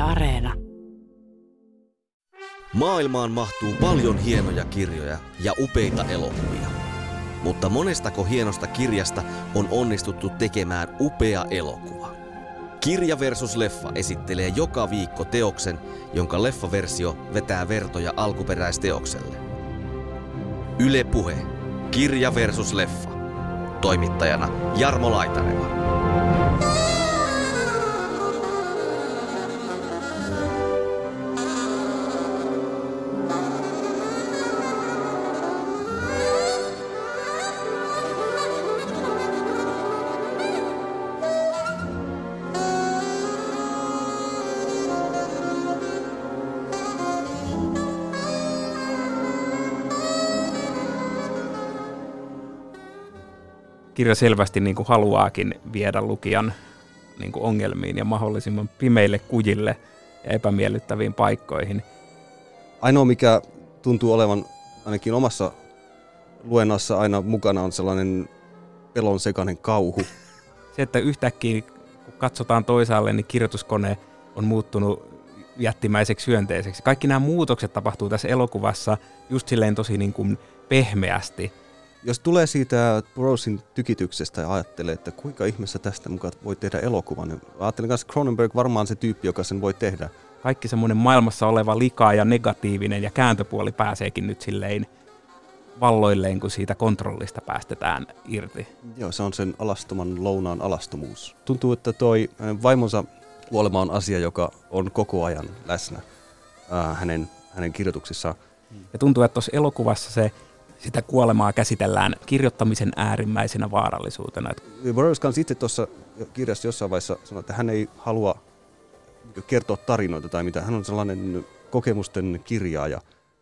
Areena. Maailmaan mahtuu paljon hienoja kirjoja ja upeita elokuvia. Mutta monestako hienosta kirjasta on onnistuttu tekemään upea elokuva? Kirja versus leffa esittelee joka viikko teoksen, jonka leffaversio vetää vertoja alkuperäisteokselle. Yle Puhe. Kirja versus leffa. Toimittajana Jarmo Laitaneva. Kirja selvästi niin kuin haluaakin viedä lukijan niin kuin ongelmiin ja mahdollisimman pimeille kujille ja epämiellyttäviin paikkoihin. Ainoa, mikä tuntuu olevan ainakin omassa luennassa aina mukana, on sellainen pelon sekainen kauhu. Se, että yhtäkkiä kun katsotaan toisaalle, niin kirjoituskone on muuttunut jättimäiseksi hyönteiseksi. Kaikki nämä muutokset tapahtuu tässä elokuvassa just silleen tosi niin kuin pehmeästi. Jos tulee siitä Burroughsin tykityksestä ja ajattelee, että kuinka ihmeessä tästä mukaan voi tehdä elokuvan, niin ajattelen kanssa Cronenberg varmaan se tyyppi, joka sen voi tehdä. Kaikki semmoinen maailmassa oleva lika ja negatiivinen ja kääntöpuoli pääseekin nyt silleen valloilleen, kun siitä kontrollista päästetään irti. Joo, se on sen alastoman lounaan alastomuus. Tuntuu, että toi vaimonsa kuolema on asia, joka on koko ajan läsnä hänen kirjoituksissaan. Ja tuntuu, että tuossa elokuvassa sitä kuolemaa käsitellään kirjoittamisen äärimmäisenä vaarallisuutena. Burroughs kanssa itse tuossa kirjassa jossain vaiheessa sanoi, että hän ei halua kertoa tarinoita tai mitään. Hän on sellainen kokemusten kirjaaja.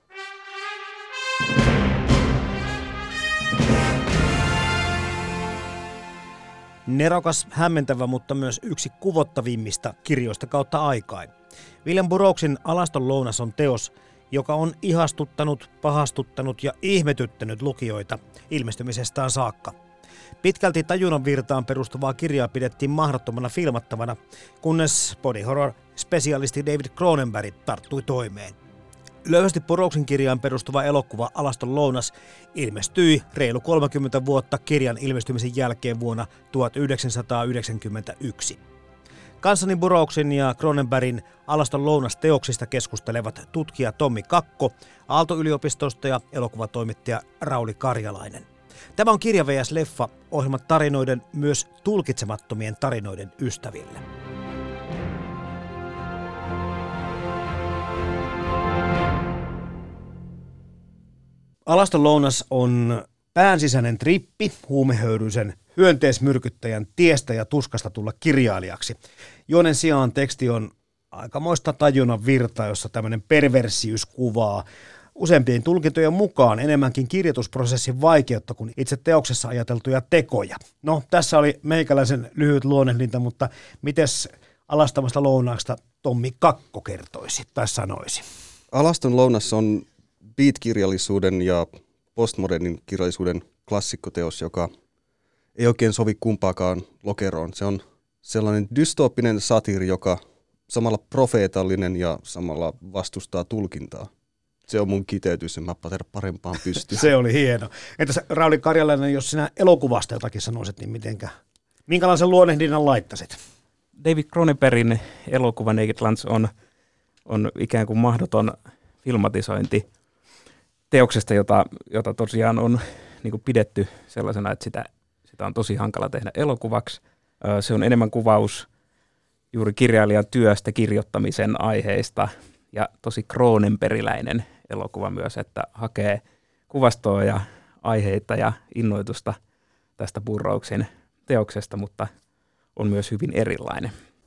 Nerokas, hämmentävä, mutta myös yksi kuvottavimmista kirjoista kautta aikain. William Burroughsin Alaston lounas on teos, joka on ihastuttanut, pahastuttanut ja ihmetyttänyt lukijoita ilmestymisestään saakka. Pitkälti tajunnan virtaan perustuvaa kirjaa pidettiin mahdottomana filmattavana, kunnes body horror-spesialisti David Cronenberg tarttui toimeen. Löyhästi Burroughsin kirjaan perustuva elokuva Alaston lounas ilmestyi reilu 30 vuotta kirjan ilmestymisen jälkeen vuonna 1991. Kanssani Burroughsin ja Cronenbergin Alaston lounas-teoksista keskustelevat tutkija Tommi Kakko Aalto-yliopistosta ja elokuvatoimittaja Rauli Karjalainen. Tämä on Kirja vs. Leffa, ohjelma tarinoiden, myös tulkitsemattomien tarinoiden ystäville. Alaston lounas on päänsisäinen trippi huumehöyryisen hyönteismyrkyttäjän tiestä ja tuskasta tulla kirjailijaksi. Juonen sijaan teksti on aikamoista tajunnan virtaa, jossa tämmöinen perversiys kuvaa useimpien tulkintojen mukaan enemmänkin kirjoitusprosessin vaikeutta kuin itse teoksessa ajateltuja tekoja. No, tässä oli meikäläisen lyhyt luonnehdinta, mutta mites Alastomasta lounaasta Tommi Kakko kertoisi tai sanoisi? Alaston lounas on beat-kirjallisuuden ja postmodernin kirjallisuuden klassikkoteos, joka ei oikein sovi kumpaakaan lokeroon. Se on sellainen dystooppinen satiiri, joka samalla profeetallinen ja samalla vastustaa tulkintaa. Se on mun kiteytys, en mä parempaan pystyyn. Se oli hieno. Entäs Rauli Karjalainen, jos sinä elokuvasta jotakin sanoisit, niin minkälaisen luonnehdinnan laittaisit? David Cronenbergin elokuva Naked Lunch on ikään kuin mahdoton filmatisointi teoksesta, jota tosiaan on niin kuin pidetty sellaisena, että sitä on tosi hankala tehdä elokuvaksi. Se on enemmän kuvaus juuri kirjailijan työstä, kirjoittamisen aiheista ja tosi Cronenbergiläinen elokuva myös, että hakee kuvastoa ja aiheita ja innoitusta tästä Burroughsin teoksesta, mutta on myös hyvin erilainen.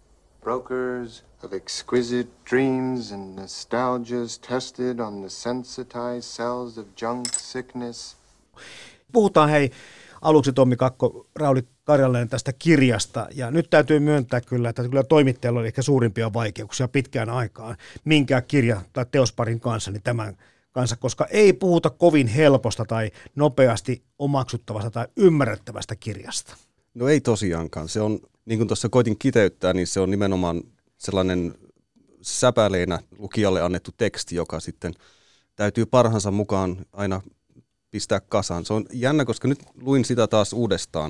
Brokers of exquisite dreams and nostalgias tested on the sensitized cells of junk sickness. Puhutaan aluksi Tommi Kakko, Rauli Karjalainen tästä kirjasta, ja nyt täytyy myöntää kyllä, että kyllä toimittajalla oli ehkä suurimpia vaikeuksia pitkään aikaan minkään kirja- tai teosparin kanssa, niin tämän kanssa, koska ei puhuta kovin helposta tai nopeasti omaksuttavasta tai ymmärrettävästä kirjasta. No ei tosiaankaan. Se on, niin kuin tuossa koitin kiteyttää, niin se on nimenomaan sellainen säpäleenä lukijalle annettu teksti, joka sitten täytyy parhaansa mukaan aina pistää kasaan. Se on jännä, koska nyt luin sitä taas uudestaan.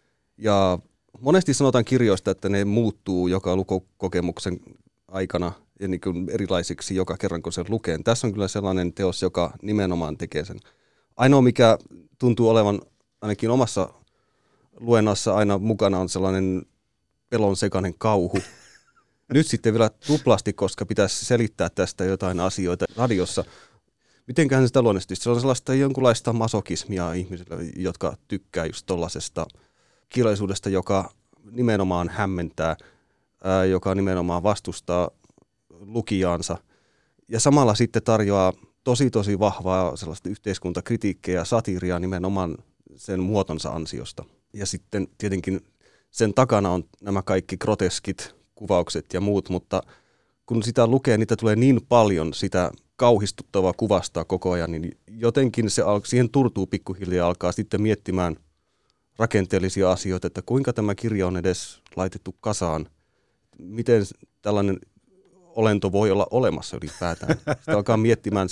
Ja monesti sanotaan kirjoista, että ne muuttuu joka lukukokemuksen aikana ja niin kuin erilaisiksi joka kerran, kun sen lukee. Tässä on kyllä sellainen teos, joka nimenomaan tekee sen. Ainoa, mikä tuntuu olevan ainakin omassa luennossa aina mukana, on sellainen pelon sekainen kauhu. Nyt sitten vielä tuplasti, koska pitäisi selittää tästä jotain asioita radiossa. Mitenköhän sitä luonnollisesti? Se on sellaista jonkunlaista masokismia ihmisille, jotka tykkää just tollasesta kirjallisuudesta, joka nimenomaan hämmentää, joka nimenomaan vastustaa lukijaansa. Ja samalla sitten tarjoaa tosi vahvaa sellaista yhteiskuntakritiikkiä ja satiiria nimenomaan sen muotonsa ansiosta. Ja sitten tietenkin sen takana on nämä kaikki groteskit kuvaukset ja muut, mutta kun sitä lukee, niitä tulee niin paljon sitä kauhistuttavaa kuvastaa koko ajan, niin jotenkin siihen turtuu pikkuhiljaa, alkaa sitten miettimään rakenteellisia asioita, että kuinka tämä kirja on edes laitettu kasaan, miten tällainen olento voi olla olemassa ylipäätään. Sitä alkaa miettimään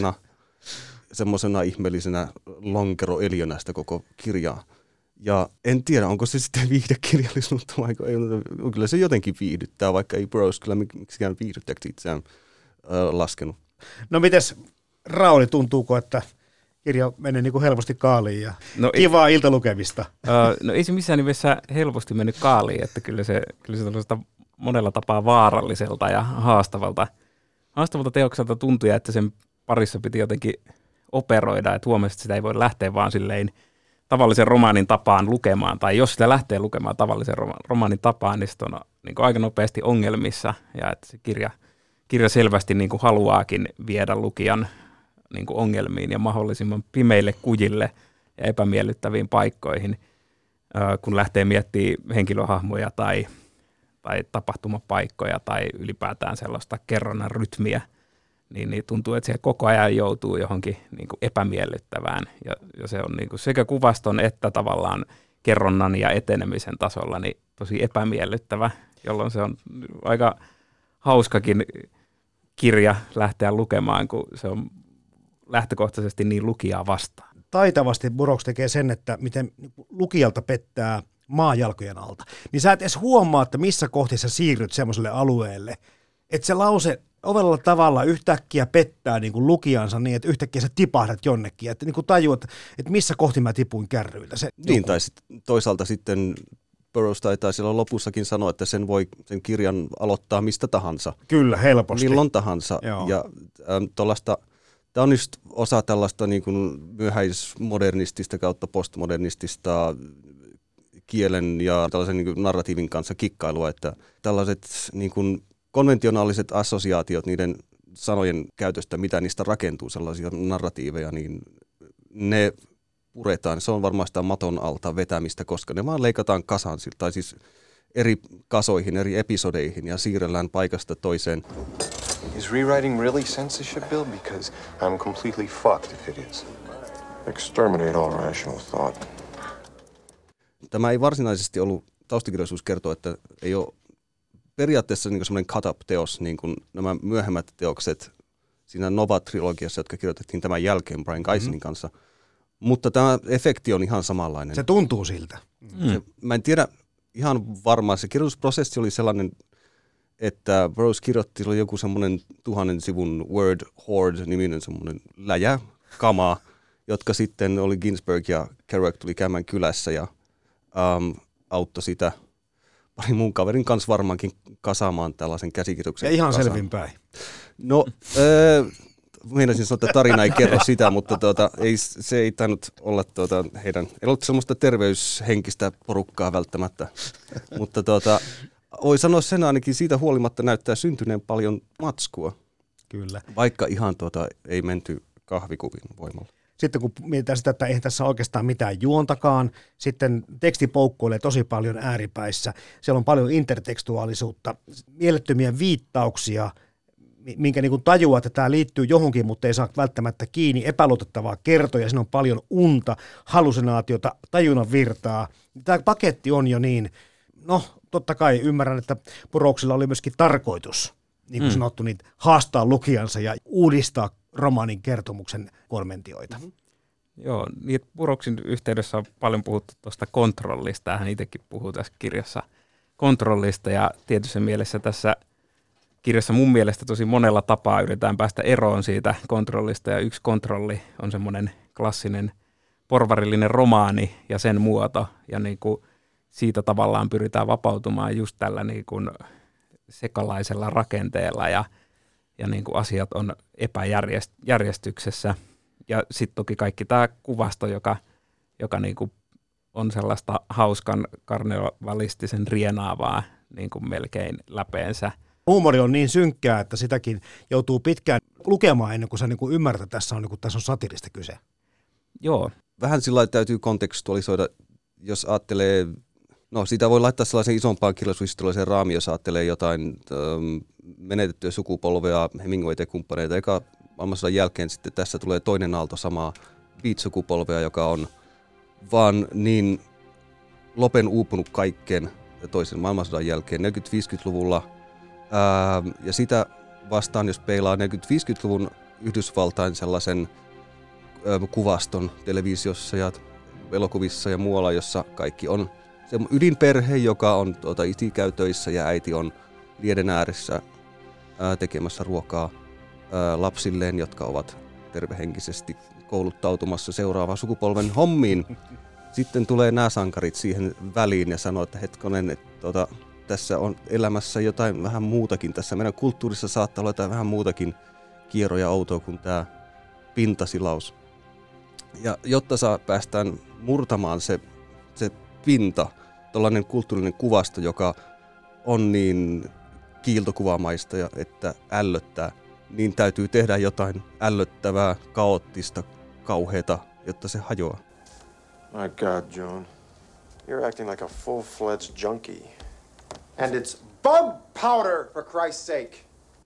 semmoisena ihmeellisenä lonkeroeliönä sitä koko kirjaa. Ja en tiedä, onko se sitten viihdekirjallisuutta vai ei. Kyllä se jotenkin viihdyttää, vaikka ei Burroughs kyllä miksikään viihdyttäjäksi itseään laskenut. No mites Rauli, tuntuuko, että kirja menee niin kuin helposti kaaliin ja kivaa iltalukemista? No ei se missään nimessä helposti mennyt kaaliin, että kyllä se monella tapaa vaaralliselta ja haastavalta teokselta tuntui, että sen parissa piti jotenkin operoida, että huomasi, että sitä ei voi lähteä vaan silleen tavallisen romaanin tapaan lukemaan, tai jos sitä lähtee lukemaan tavallisen romaanin tapaan, niin sitten on niin kuin aika nopeasti ongelmissa, ja että se kirja selvästi niin kuin haluaakin viedä lukijan niin kuin ongelmiin ja mahdollisimman pimeille kujille ja epämiellyttäviin paikkoihin, kun lähtee miettimään henkilöhahmoja tai tapahtumapaikkoja tai ylipäätään sellaista kerronnan rytmiä, niin tuntuu, että se koko ajan joutuu johonkin niin kuin epämiellyttävään. Ja se on niin kuin sekä kuvaston että tavallaan kerronnan ja etenemisen tasolla niin tosi epämiellyttävä, jolloin se on aika hauskakin kirja lähteä lukemaan, kun se on lähtökohtaisesti niin lukijaa vastaan. Taitavasti Burroughs tekee sen, että miten lukijalta pettää maajalkojen alta. Niin sä et edes huomaa, että missä kohti sä siirryt semmoiselle alueelle, että se lause ovella tavalla yhtäkkiä pettää niin kuin lukijansa niin, että yhtäkkiä sä tipahdat jonnekin, että niin kuin tajuat, että missä kohti mä tipuin kärryiltä. Niin, tai toisaalta sitten Burroughs taitaa siellä lopussakin sanoa, että sen kirjan aloittaa mistä tahansa. Kyllä, helposti. Milloin tahansa. Joo. Ja tämä on just osa tällaista niin kuin myöhäismodernistista kautta postmodernistista kielen ja tällaisen niin kuin narratiivin kanssa kikkailua, että tällaiset niin kuin konventionaaliset assosiaatiot niiden sanojen käytöstä, mitä niistä rakentuu, sellaisia narratiiveja, niin ne puretaan. Se on varmaan sitä maton alta vetämistä, koska ne vaan leikataan kasaan, tai siis eri kasoihin, eri episodeihin ja siirrellään paikasta toiseen. Is rewriting really censorship, Bill? Because I'm completely fucked if it is. Exterminate all rational thought. Tämä ei varsinaisesti ollut, taustakirjallisuus kertoo, että ei ole periaatteessa niin semmoinen cut-up-teos, niin kuin nämä myöhemmät teokset siinä Nova-trilogiassa, jotka kirjoitettiin tämän jälkeen Brian Geisenin kanssa. Mutta tämä efekti on ihan samanlainen. Se tuntuu siltä. Mä en tiedä ihan varmaan. Se kirjoitusprosessi oli sellainen, että Burroughs kirjoitti, oli joku semmoinen 1000 sivun Word Horde-niminen semmoinen läjä kamaa, jotka sitten oli Ginsberg ja Kerouac tuli käymään kylässä ja auttoi sitä pari muun kaverin kanssa varmaankin kasaamaan tällaisen käsikirjoituksen. Ja ihan kasaan. selvinpäin. No, meinasin sanoa, että tarina ei kerro sitä, mutta se ei tainnut olla heidän, ei ollut semmoista terveyshenkistä porukkaa välttämättä, mutta voi sanoa sen ainakin siitä huolimatta näyttää syntyneen paljon matskua. Kyllä. Vaikka ihan ei menty kahvikupin voimalla. Sitten kun mietitään sitä, että eihän tässä oikeastaan mitään juontakaan, sitten teksti poukkoilee tosi paljon ääripäissä. Siellä on paljon intertekstuaalisuutta, mielettömiä viittauksia, minkä niin kuin tajuaa, että tämä liittyy johonkin, mutta ei saa välttämättä kiinni, epäluotettavaa kertoja, siinä on paljon unta, hallusinaatiota, tajunnan virtaa. Tämä paketti on jo niin, no totta kai ymmärrän, että Burroughsilla oli myöskin tarkoitus niin kuin sanottu, niin haastaa lukijansa ja uudistaa romaanin kertomuksen konventioita. Joo, niin Burroughsin yhteydessä on paljon puhuttu tuosta kontrollista. Hän itsekin puhuu tässä kirjassa kontrollista ja tietyssä mielessä tässä kirjassa mun mielestä tosi monella tapaa yritetään päästä eroon siitä kontrollista ja yksi kontrolli on semmoinen klassinen porvarillinen romaani ja sen muoto ja niin kuin siitä tavallaan pyritään vapautumaan just tällä niin kuin sekalaisella rakenteella ja niin kuin asiat on epäjärjestyksessä. Ja sitten toki kaikki tämä kuvasto, joka niin kuin on sellaista hauskan karnevalistisen rienaavaa niin kuin melkein läpeensä. Huumori on niin synkkää, että sitäkin joutuu pitkään lukemaan ennen kuin sä niin kuin ymmärrät, että tässä on satirista kyse. Joo. Vähän sillä lailla täytyy kontekstualisoida, jos ajattelee, no sitä voi laittaa sellaisen isompaan kirjallisuushistorialliseen raamiin, jos ajattelee jotain menetettyä sukupolvea, Hemingwayta ja kumppaneita. Eka maailmansodan jälkeen sitten tässä tulee toinen aalto samaa Beat-sukupolvea, joka on vaan niin lopen uupunut kaikkeen toisen maailmansodan jälkeen 40-50-luvulla. Ja sitä vastaan, jos peilaa 40-50-luvun Yhdysvaltain sellaisen kuvaston televisiossa ja elokuvissa ja muualla, jossa kaikki on se ydinperhe, joka on iti käy töissä ja äiti on lieden ääressä tekemässä ruokaa lapsilleen, jotka ovat tervehenkisesti kouluttautumassa seuraavan sukupolven hommiin. Sitten tulee nämä sankarit siihen väliin ja sanoo, että hetkonen, että tässä on elämässä jotain vähän muutakin. Tässä meidän kulttuurissa saattaa olla jotain vähän muutakin kierroa ja outoa kuin tämä pintasilaus. Ja jotta päästään murtamaan se pinta, tällainen kulttuurinen kuvasto, joka on niin kiiltokuvaamaista ja että ällöttää, niin täytyy tehdä jotain ällöttävää, kaoottista, kauheata, jotta se hajoaa. My God, Joan. You're acting like a full-fledged junkie. And it's bug powder, for Christ's sake.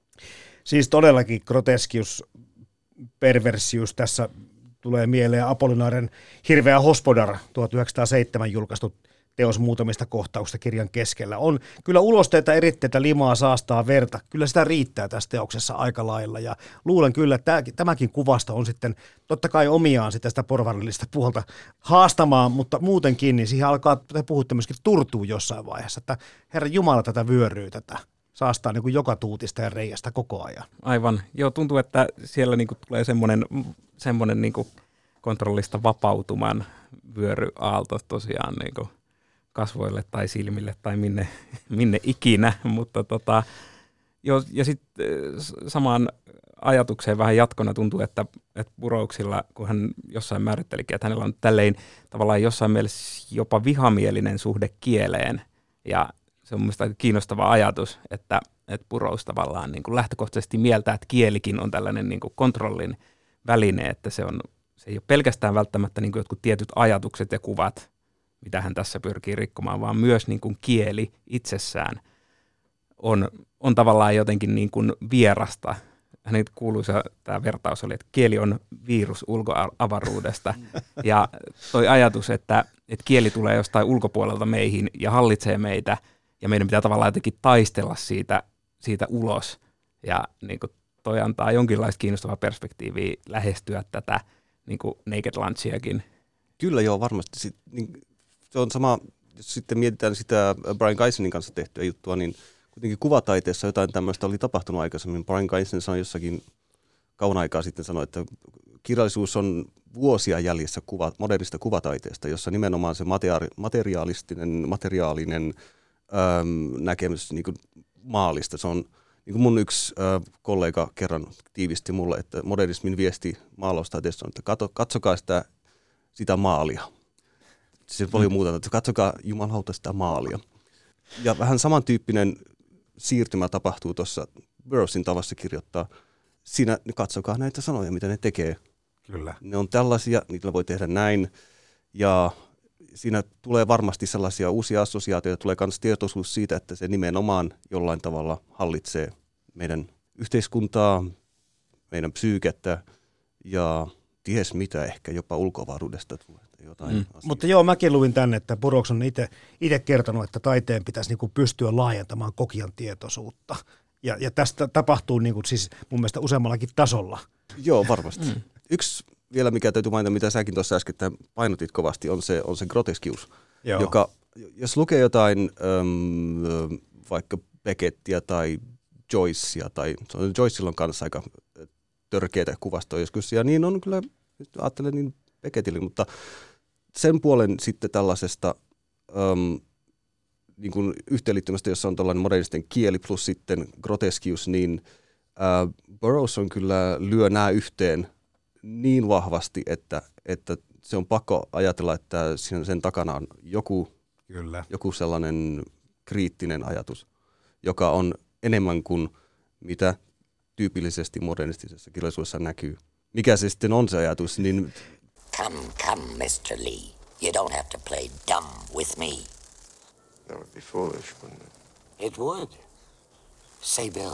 Siis todellakin groteskius, perversius tässä tulee mieleen Apollinaaren Hirveä Hospodar 1907 julkaistu teos muutamista kohtauksista kirjan keskellä. On kyllä ulosteita, eritteitä, limaa, saastaa, verta. Kyllä sitä riittää tässä teoksessa aika lailla ja luulen kyllä, että tämäkin kuvasto on sitten totta kai omiaan sitä porvarillista puolta haastamaan, mutta muutenkin niin siihen alkaa, te puhutte myöskin turtuu jossain vaiheessa, että Herra Jumala tätä vyöryy tätä. Saastaa niin kuin joka tuutista ja reiästä koko ajan. Aivan. Joo, tuntuu, että siellä niin kuin tulee semmoinen niin kuin kontrollista vapautuman vyöryaalto tosiaan niin kuin kasvoille tai silmille tai minne ikinä. Mutta joo, ja sitten samaan ajatukseen vähän jatkona tuntuu, että Burroughsilla, kun hän jossain määrittelikin, että hänellä on tälleen tavallaan jossain mielessä jopa vihamielinen suhde kieleen ja se on mielestäni aika kiinnostava ajatus, että Burroughs tavallaan niin kuin lähtökohtaisesti mieltää, että kielikin on tällainen niin kuin kontrollin väline, että se ei ole pelkästään välttämättä niin kuin jotkut tietyt ajatukset ja kuvat, mitä hän tässä pyrkii rikkomaan, vaan myös niin kuin kieli itsessään on tavallaan jotenkin niin kuin vierasta. Hänen kuuluisa tämä vertaus oli, että kieli on virus ulkoavaruudesta ja toi ajatus, että kieli tulee jostain ulkopuolelta meihin ja hallitsee meitä, ja meidän pitää tavallaan jotenkin taistella siitä ulos. Ja niin kuin toi antaa jonkinlaista kiinnostavaa perspektiiviä lähestyä tätä niin kuin Naked Lunchiakin. Kyllä joo, varmasti. Se on sama, jos sitten mietitään sitä Brian Gysenin kanssa tehtyä juttua, niin kuitenkin kuvataiteessa jotain tämmöistä oli tapahtunut aikaisemmin. Brian Gysen sanoi jossakin kauan aikaa sitten, että kirjallisuus on vuosia jäljessä modernista kuvataiteesta, jossa nimenomaan se materiaalinen näkemys niin kuin maalista. Se on, niin kuin mun yksi kollega kerran tiivisti mulle, että modernismin viesti maalaustaiteesta on, että katsokaa sitä maalia. Se on paljon muuta, että katsokaa jumalauta sitä maalia. Ja vähän samantyyppinen siirtymä tapahtuu tuossa Burroughsin tavassa kirjoittaa. Siinä katsokaa näitä sanoja, mitä ne tekee. Kyllä. Ne on tällaisia, niitä voi tehdä näin. Ja siinä tulee varmasti sellaisia uusia assosiaatioita, tulee myös tietoisuus siitä, että se nimenomaan jollain tavalla hallitsee meidän yhteiskuntaa, meidän psyykettä ja ties mitä, ehkä jopa ulkoavaruudesta tulee jotain. Mutta joo, mäkin luin tänne, että Burroughs on itse kertonut, että taiteen pitäisi niinku pystyä laajentamaan kokijan tietoisuutta. Ja tästä tapahtuu niin kuin siis mun mielestä useammallakin tasolla. Joo, varmasti. Yksi vielä, mikä täytyy mainita, mitä säkin tuossa äsken painotit kovasti, on se groteskius, joka, jos lukee jotain vaikka Beckettiä tai Joycea, tai Joycella on kanssa aika törkeitä kuvastoja joskus, ja niin on kyllä, ajattelen niin Becketille, mutta sen puolen sitten tällaisesta niin kuin yhteenliittymästä, jossa on tällainen modernisten kieli plus sitten groteskius, niin Burroughs on kyllä lyö nämä yhteen niin vahvasti, että se on pakko ajatella, että sen takana on joku sellainen kriittinen ajatus, joka on enemmän kuin mitä tyypillisesti modernistisessa kirjallisuudessa näkyy. Mikä se sitten on se ajatus, niin... Come, Mr. Lee. You don't have to play dumb with me. That would be foolish, wouldn't it? It would. Say, Bill,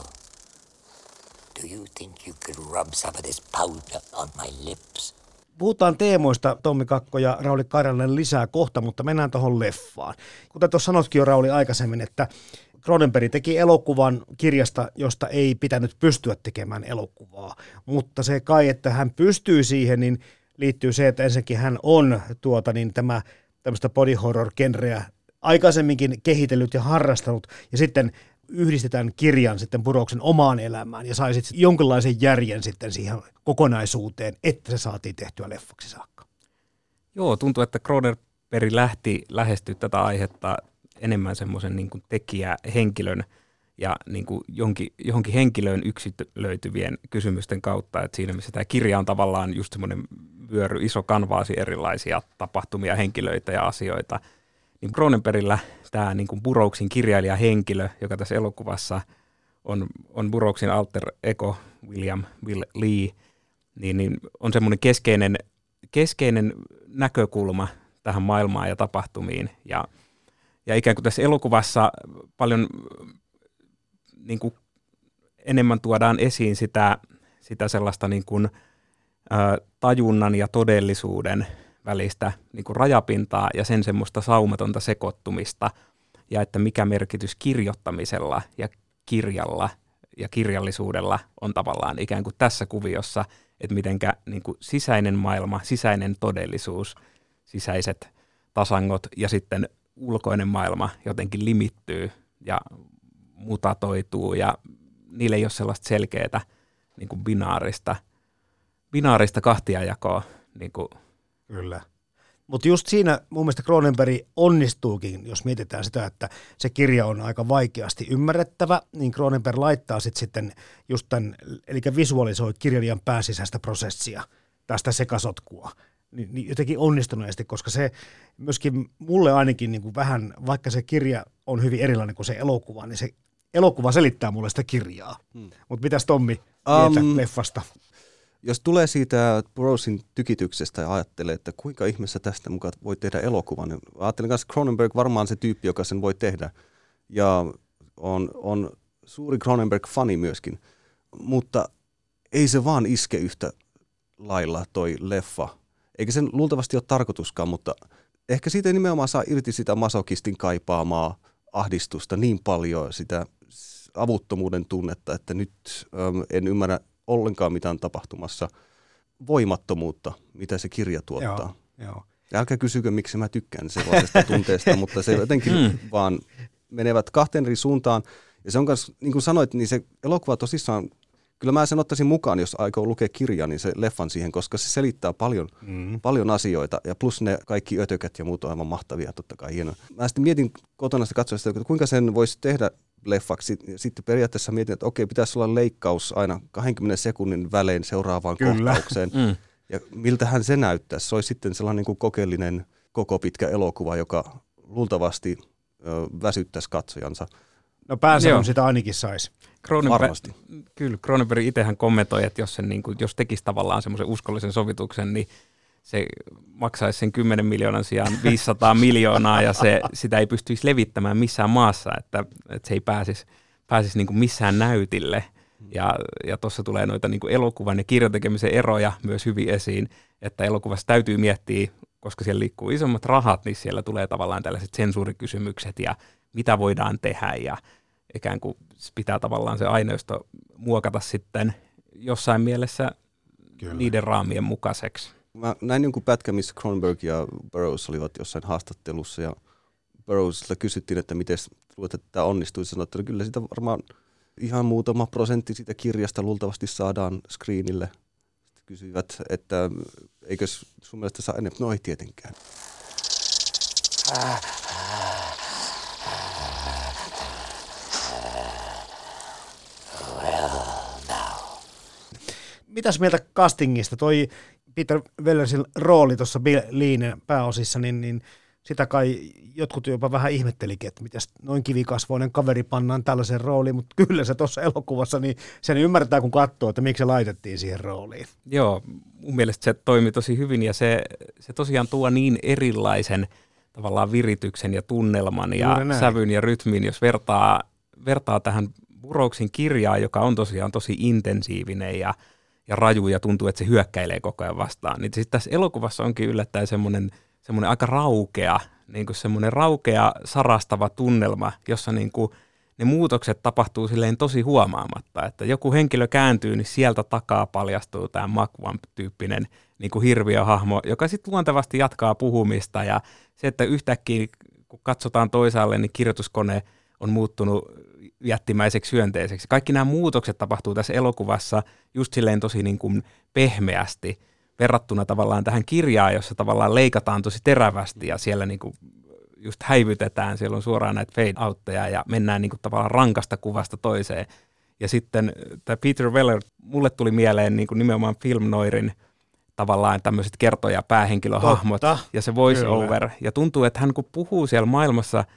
do you think you could rub some of this powder on my lips? Puhutaan teemoista, Tommi Kakko ja Rauli Karjalainen lisää kohta, mutta mennään tuohon leffaan. Kuten tuossa sanotkin jo, Rauli, aikaisemmin, että Cronenberg teki elokuvan kirjasta, josta ei pitänyt pystyä tekemään elokuvaa. Mutta se kai, että hän pystyy siihen, niin liittyy se, että ensinnäkin hän on tämmöistä body horror-genreä aikaisemminkin kehitellyt ja harrastanut, ja sitten yhdistetään kirjan sitten Burroughsin omaan elämään ja sai sitten jonkinlaisen järjen sitten siihen kokonaisuuteen, että se saatiin tehtyä leffaksi saakka. Joo, tuntuu, että Cronenberg lähti lähestyä tätä aihetta enemmän semmoisen niin kuin tekijähenkilön ja niin kuin johonkin henkilöön yksilöityvien kysymysten kautta, että siinä missä tämä kirja on tavallaan just semmoinen vyöry, iso kanvaasi erilaisia tapahtumia, henkilöitä ja asioita, niin Cronenbergillä tämä niin kuin Burroughsin kirjailijahenkilö, joka tässä elokuvassa on Burroughsin alter ego Will Lee, niin on semmoinen keskeinen näkökulma tähän maailmaan ja tapahtumiin. Ja ikään kuin tässä elokuvassa paljon niin kuin enemmän tuodaan esiin sitä sellaista niin kuin, tajunnan ja todellisuuden välistä niin kuin rajapintaa ja sen semmoista saumatonta sekoittumista, ja että mikä merkitys kirjoittamisella ja kirjalla ja kirjallisuudella on tavallaan ikään kuin tässä kuviossa, että mitenkä niin kuin sisäinen maailma, sisäinen todellisuus, sisäiset tasangot ja sitten ulkoinen maailma jotenkin limittyy ja mutatoituu, ja niillä ei ole sellaista selkeää niin kuin binaarista kahtiajakoa. Niin kuin. Kyllä. Mutta just siinä mun mielestä Cronenberg onnistuukin, jos mietitään sitä, että se kirja on aika vaikeasti ymmärrettävä, niin Cronenberg laittaa sitten just tämän, eli visualisoi kirjailijan pääsisäistä prosessia, tästä sekasotkua, niin jotenkin onnistuneesti, koska se myöskin mulle ainakin niin kuin vähän, vaikka se kirja on hyvin erilainen kuin se elokuva, niin se elokuva selittää mulle sitä kirjaa. Mutta mitäs Tommi mieltä leffasta? Jos tulee siitä Burroughsin tykityksestä ja ajattelee, että kuinka ihmeessä tästä mukaan voi tehdä elokuvan, niin ajattelen kanssa Cronenberg varmaan se tyyppi, joka sen voi tehdä. Ja on suuri Cronenberg-fani myöskin, mutta ei se vaan iske yhtä lailla toi leffa. Eikä sen luultavasti ole tarkoituskaan, mutta ehkä siitä ei nimenomaan saa irti sitä masokistin kaipaamaa ahdistusta niin paljon, sitä avuttomuuden tunnetta, että nyt en ymmärrä ollenkaan mitään tapahtumassa, voimattomuutta, mitä se kirja tuottaa. Joo. Ja älkää kysykö, miksi mä tykkään sellaisesta tunteesta, mutta se jotenkin vaan menevät kahteen eri suuntaan. Ja se on myös, niin kuin sanoit, niin se elokuva tosissaan, kyllä mä sen ottaisin mukaan, jos aikoo lukea kirjaa, niin se leffan siihen, koska se selittää paljon asioita. Ja plus ne kaikki ötökät ja muut on aivan mahtavia, totta kai hienoa. Mä sitten mietin kotona sitä katsoa sitä, että kuinka sen voisi tehdä leffaksi. Sitten periaatteessa mietin, että okei, pitäisi olla leikkaus aina 20 sekunnin välein seuraavaan kohtaukseen. Ja miltähän se näyttäisi? Se olisi sitten sellainen niin kuin kokeellinen koko pitkä elokuva, joka luultavasti väsyttäisi katsojansa. No pääsävyn sitä ainikin saisi. Varmasti. Kyllä, Cronenberg itsehän kommentoi, että jos tekisi tavallaan semmoisen uskollisen sovituksen, niin se maksaisi sen 10 miljoonan sijaan 500 miljoonaa ja sitä ei pystyisi levittämään missään maassa, että se ei pääsisi niin kuin missään näytille. Ja tuossa tulee noita niin kuin elokuvan ja kirjoitekemisen eroja myös hyvin esiin, että elokuvassa täytyy miettiä, koska siellä liikkuu isommat rahat, niin siellä tulee tavallaan tällaiset sensuurikysymykset ja mitä voidaan tehdä ja ikään kuin pitää tavallaan se aineisto muokata sitten jossain mielessä niiden raamien mukaiseksi. Mä näin jonkun pätkän, missä Cronenberg ja Burroughs olivat jossain haastattelussa ja Burroughsilla kysyttiin, että miten luulet, että tämä onnistuisi. Sanoin, että kyllä sitä varmaan ihan muutama prosentti siitä kirjasta luultavasti saadaan screenille. Sitten kysyivät, että eikö sun mielestä saa enemmän? No ei tietenkään. Mitäs mieltä castingista? Toi Peter Wellersin rooli tuossa Bill Lean pääosissa, niin sitä kai jotkut jopa vähän ihmettelikin, että mitäs noin kivikasvoinen kaveri pannaan tällaisen rooliin, mutta kyllä se tuossa elokuvassa, niin sen ymmärtää kun katsoo, että miksi se laitettiin siihen rooliin. Joo, mun mielestä se toimi tosi hyvin ja se tosiaan tuo niin erilaisen tavallaan virityksen ja tunnelman ja sävyn ja rytmin, jos vertaa tähän Burroughsin kirjaan, joka on tosiaan tosi intensiivinen ja raju ja tuntuu, että se hyökkäilee koko ajan vastaan. Niin sitten tässä elokuvassa onkin yllättäen semmoinen aika raukea, niin kuin semmoinen raukea, sarastava tunnelma, jossa niin kuin ne muutokset tapahtuu silleen tosi huomaamatta. Että joku henkilö kääntyy, niin sieltä takaa paljastuu tämä Macwamp-tyyppinen niin kuin hirviöhahmo, joka sitten luontevasti jatkaa puhumista. Ja se, että yhtäkkiä kun katsotaan toisaalle, niin kirjoituskone on muuttunut jättimäiseksi hyönteiseksi. Kaikki nämä muutokset tapahtuu tässä elokuvassa just silleen tosi niin kuin pehmeästi verrattuna tavallaan tähän kirjaan, jossa tavallaan leikataan tosi terävästi ja siellä niin kuin just häivytetään, siellä on suoraan näitä fade-outteja ja mennään niin kuin tavallaan rankasta kuvasta toiseen. Ja sitten tämä Peter Weller, mulle tuli mieleen niin kuin nimenomaan film noirin tavallaan tämmöiset kertoja päähenkilöhahmot ja se voice over. Ja tuntuu, että hän kun puhuu siellä maailmassa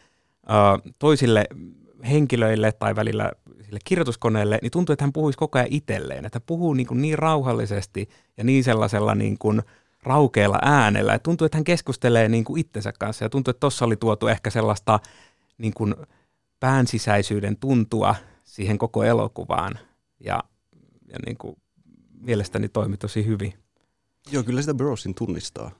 toisille henkilöille tai välillä sille kirjoituskoneelle, niin tuntuu, että hän puhuisi koko ajan itselleen. Että hän puhuu niin rauhallisesti ja niin sellaisella niin kuin raukealla äänellä. Että tuntuu, että hän keskustelee niin kuin itsensä kanssa. Ja tuntuu, että tuossa oli tuotu ehkä sellaista niin kuin päänsisäisyyden tuntua siihen koko elokuvaan. Ja niin kuin mielestäni toimi tosi hyvin. Joo, kyllä sitä Burroughsin tunnistaa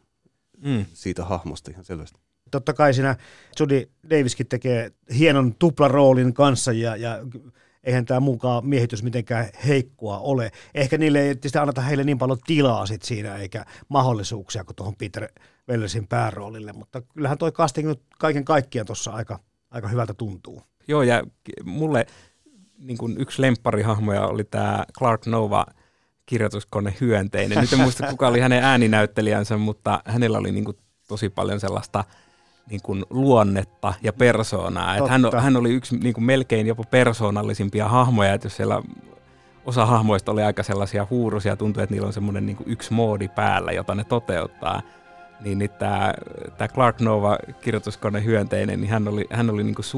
siitä hahmosta ihan selvästi. Totta kai siinä Judy Daviskin tekee hienon tuplaroolin kanssa ja eihän tämä mukaan miehitys mitenkään heikkoa ole. Ehkä niille ei tietysti anneta heille niin paljon tilaa sit siinä eikä mahdollisuuksia kuin tuohon Peter Wellersin pääroolille, mutta kyllähän toi casting nyt kaiken kaikkiaan tuossa aika hyvältä tuntuu. Joo, ja mulle niin kuin yksi lempparihahmoja oli tämä Clark Nova kirjoituskone hyönteinen. Nyt en muista kuka oli hänen ääninäyttelijänsä, mutta hänellä oli niin kuin tosi paljon sellaista niin kuin luonnetta ja persoonaa. Että hän oli yksi niin kuin melkein jopa persoonallisimpia hahmoja, että jos siellä osa hahmoista oli aika sellaisia huurusia, tuntui, että niillä on semmoinen niin kuin yksi moodi päällä, jota ne toteuttaa. Niin tämä Clark Nova kirjoituskone hyönteinen, niin hän oli niin kuin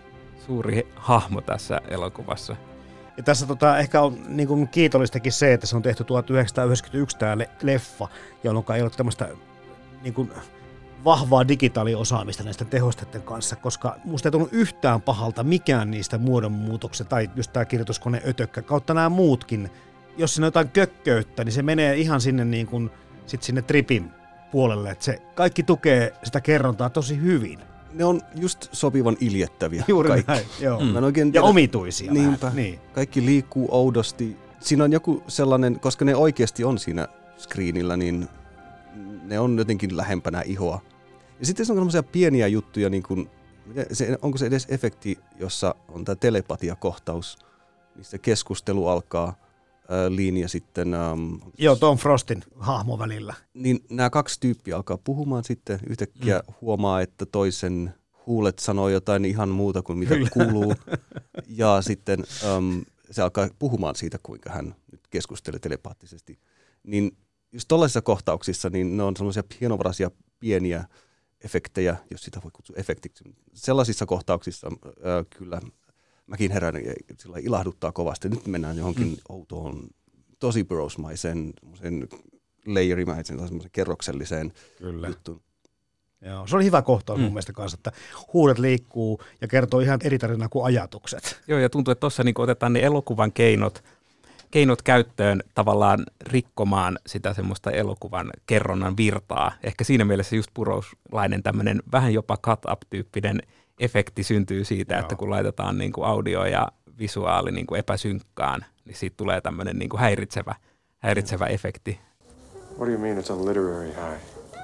suuri hahmo tässä elokuvassa. Ja tässä ehkä on niin kuin kiitollistakin se, että se on tehty 1991 tämä leffa, jolloin ei ole tämmöistä niin kuin vahvaa digitaaliosaamista näisten tehosteiden kanssa, koska musta ei tullut yhtään pahalta mikään niistä muodonmuutokset tai just tämä kirjoituskoneötökkä kautta nämä muutkin. Jos siinä on jotain kökköyttä, niin se menee ihan sinne niin kuin sit sinne tripin puolelle, että se kaikki tukee sitä kerrontaa tosi hyvin. Ne on just sopivan iljettäviä. Juuri kaikki. näin, joo. Ja omituisia. Niinpä. Niin. Kaikki liikkuu oudosti. Siinä on joku sellainen, koska ne oikeasti on siinä screenillä, niin ne on jotenkin lähempänä ihoa. Ja sitten se on sellaisia pieniä juttuja, niin kuin, onko se edes efekti, jossa on tämä telepatiakohtaus, missä keskustelu alkaa, linja sitten... Joo, Tom Frostin hahmo välillä. Niin nämä kaksi tyyppiä alkaa puhumaan sitten, yhtäkkiä huomaa, että toisen huulet sanoo jotain ihan muuta kuin mitä kuuluu. Ja sitten se alkaa puhumaan siitä, kuinka hän nyt keskustelee telepaattisesti. Niin just tollaisissa kohtauksissa, niin ne on sellaisia hienovaraisia pieniä efektejä, jos sitä voi kutsua efektiksi. Sellaisissa kohtauksissa kyllä mäkin herään sillä ilahduttaa kovasti. Nyt mennään johonkin outoon, tosi Burroughs-maiseen, layerimäiseen, semmoisen kerrokselliseen juttuun. Joo, se oli hyvä kohtaus mun mielestä kanssa, että huulet liikkuu ja kertoo ihan eri tarinaa kuin ajatukset. Joo, ja tuntuu, että tuossa niin otetaan ne elokuvan keinot käyttöön tavallaan rikkomaan sitä semmoista elokuvan kerronnan virtaa. Ehkä siinä mielessä just Burroughslainen tämmöinen vähän jopa cut-up-tyyppinen efekti syntyy siitä, että kun laitetaan niin kuin audio ja visuaali niin kuin epäsynkkaan, niin siitä tulee tämmöinen niin kuin häiritsevä efekti. What do you mean it's a literary high?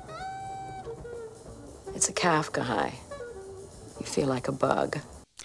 It's a Kafka high. You feel like a bug.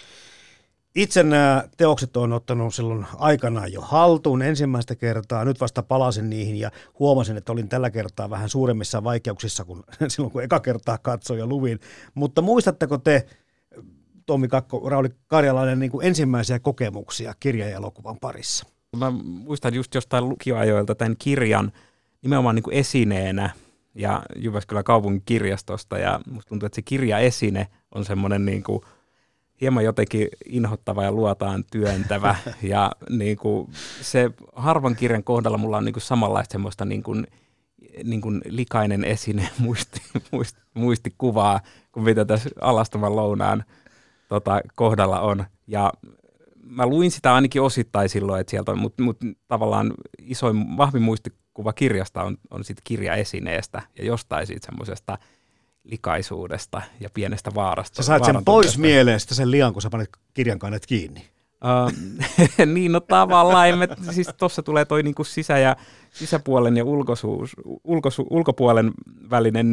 Itse nämä teokset on ottanut silloin aikanaan jo haltuun ensimmäistä kertaa. Nyt vasta palasin niihin ja huomasin, että olin tällä kertaa vähän suuremmissa vaikeuksissa kuin silloin, kun eka kertaa katsoin ja luin. Mutta muistatteko te, Tommi Kakko, Rauli Karjalainen, niin kuin ensimmäisiä kokemuksia kirja- ja elokuvan parissa? Mä muistan just jostain lukioajoilta tämän kirjan nimenomaan niin kuin esineenä ja Jyväskylän kaupungin kirjastosta. Ja musta tuntuu, että se kirjaesine on semmoinen niin kuin hieman jotenkin inhottava ja luotaan työntävä. Ja niin kuin se harvan kirjan kohdalla mulla on niin kuin samanlaista semmoista niin kuin likainen esine muistikuvaa kuin mitä tässä Alastoman lounaan kohdalla on. Ja mä luin sitä ainakin osittain silloin, että sieltä on, mutta tavallaan isoin, vahvin muistikuva kirjasta on sitten kirjaesineestä ja jostain siitä semmoisesta likaisuudesta ja pienestä vaarasta. Sä sait sen pois mielestä sen liian, kun sä panit kirjan kannet kiinni. Niin, no tavallaan. Siis tuossa tulee toi niinku sisäpuolen ja ulkopuolen välinen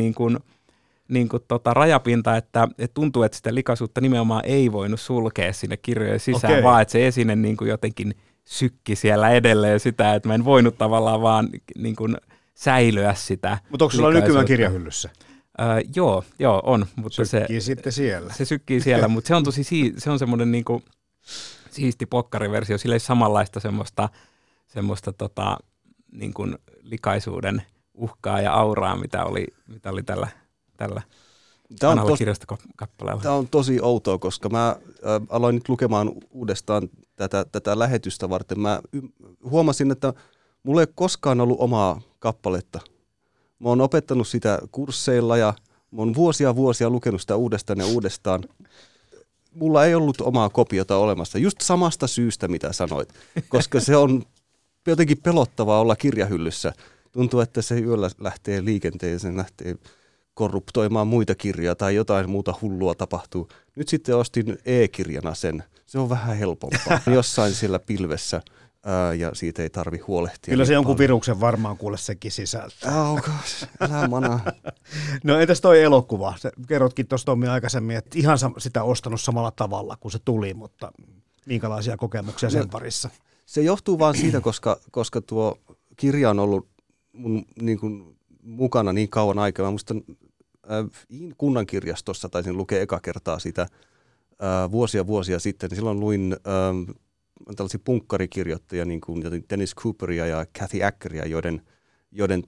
rajapinta, että tuntuu, että sitä likaisuutta nimenomaan ei voinut sulkea sinne kirjojen sisään, vaan että se esine niin kuin jotenkin sykki siellä edelleen sitä, että mä en voinut tavallaan vaan niin kuin säilyä sitä. Mutta onko sulla nykyään kirjahyllyssä? Joo, on. Mutta sykkii sitten siellä. Se sykkii siellä, mutta se on tosi se on semmoinen niin kuin siisti pokkariversio, sillä ei samanlaista semmoista niin kuin likaisuuden uhkaa ja auraa, mitä oli tällä vanhalla kirjastokappaleella. Tämä on tosi outoa, koska mä aloin nyt lukemaan uudestaan tätä lähetystä varten. Mä huomasin, että mulla ei koskaan ollut omaa kappaletta. Mä oon opettanut sitä kursseilla ja mä oon vuosia lukenut sitä uudestaan ja uudestaan. Mulla ei ollut omaa kopiota olemassa, just samasta syystä, mitä sanoit, koska se on jotenkin pelottavaa olla kirjahyllyssä. Tuntuu, että se yöllä lähtee liikenteeseen, lähtee korruptoimaan muita kirjaa tai jotain muuta hullua tapahtuu. Nyt sitten ostin e-kirjana sen. Se on vähän helpompaa. Jossain siellä pilvessä ja siitä ei tarvi huolehtia. Kyllä se jonkun viruksen varmaan kuule sekin sisältää. Älä mana. No entäs toi elokuva? Sä kerrotkin tuosta Tommi aikaisemmin, että ihan sitä ostanut samalla tavalla kuin se tuli, mutta minkälaisia kokemuksia sen parissa? Se johtuu vaan siitä, koska tuo kirja on ollut mun niin kuin mukana niin kauan aikaa. Mä muistan kunnankirjastossa taisin lukea eka kertaa sitä vuosia sitten. Silloin luin tällaisia punkkarikirjoittajia, niin kuin Dennis Cooperia ja Kathy Ackeria, joiden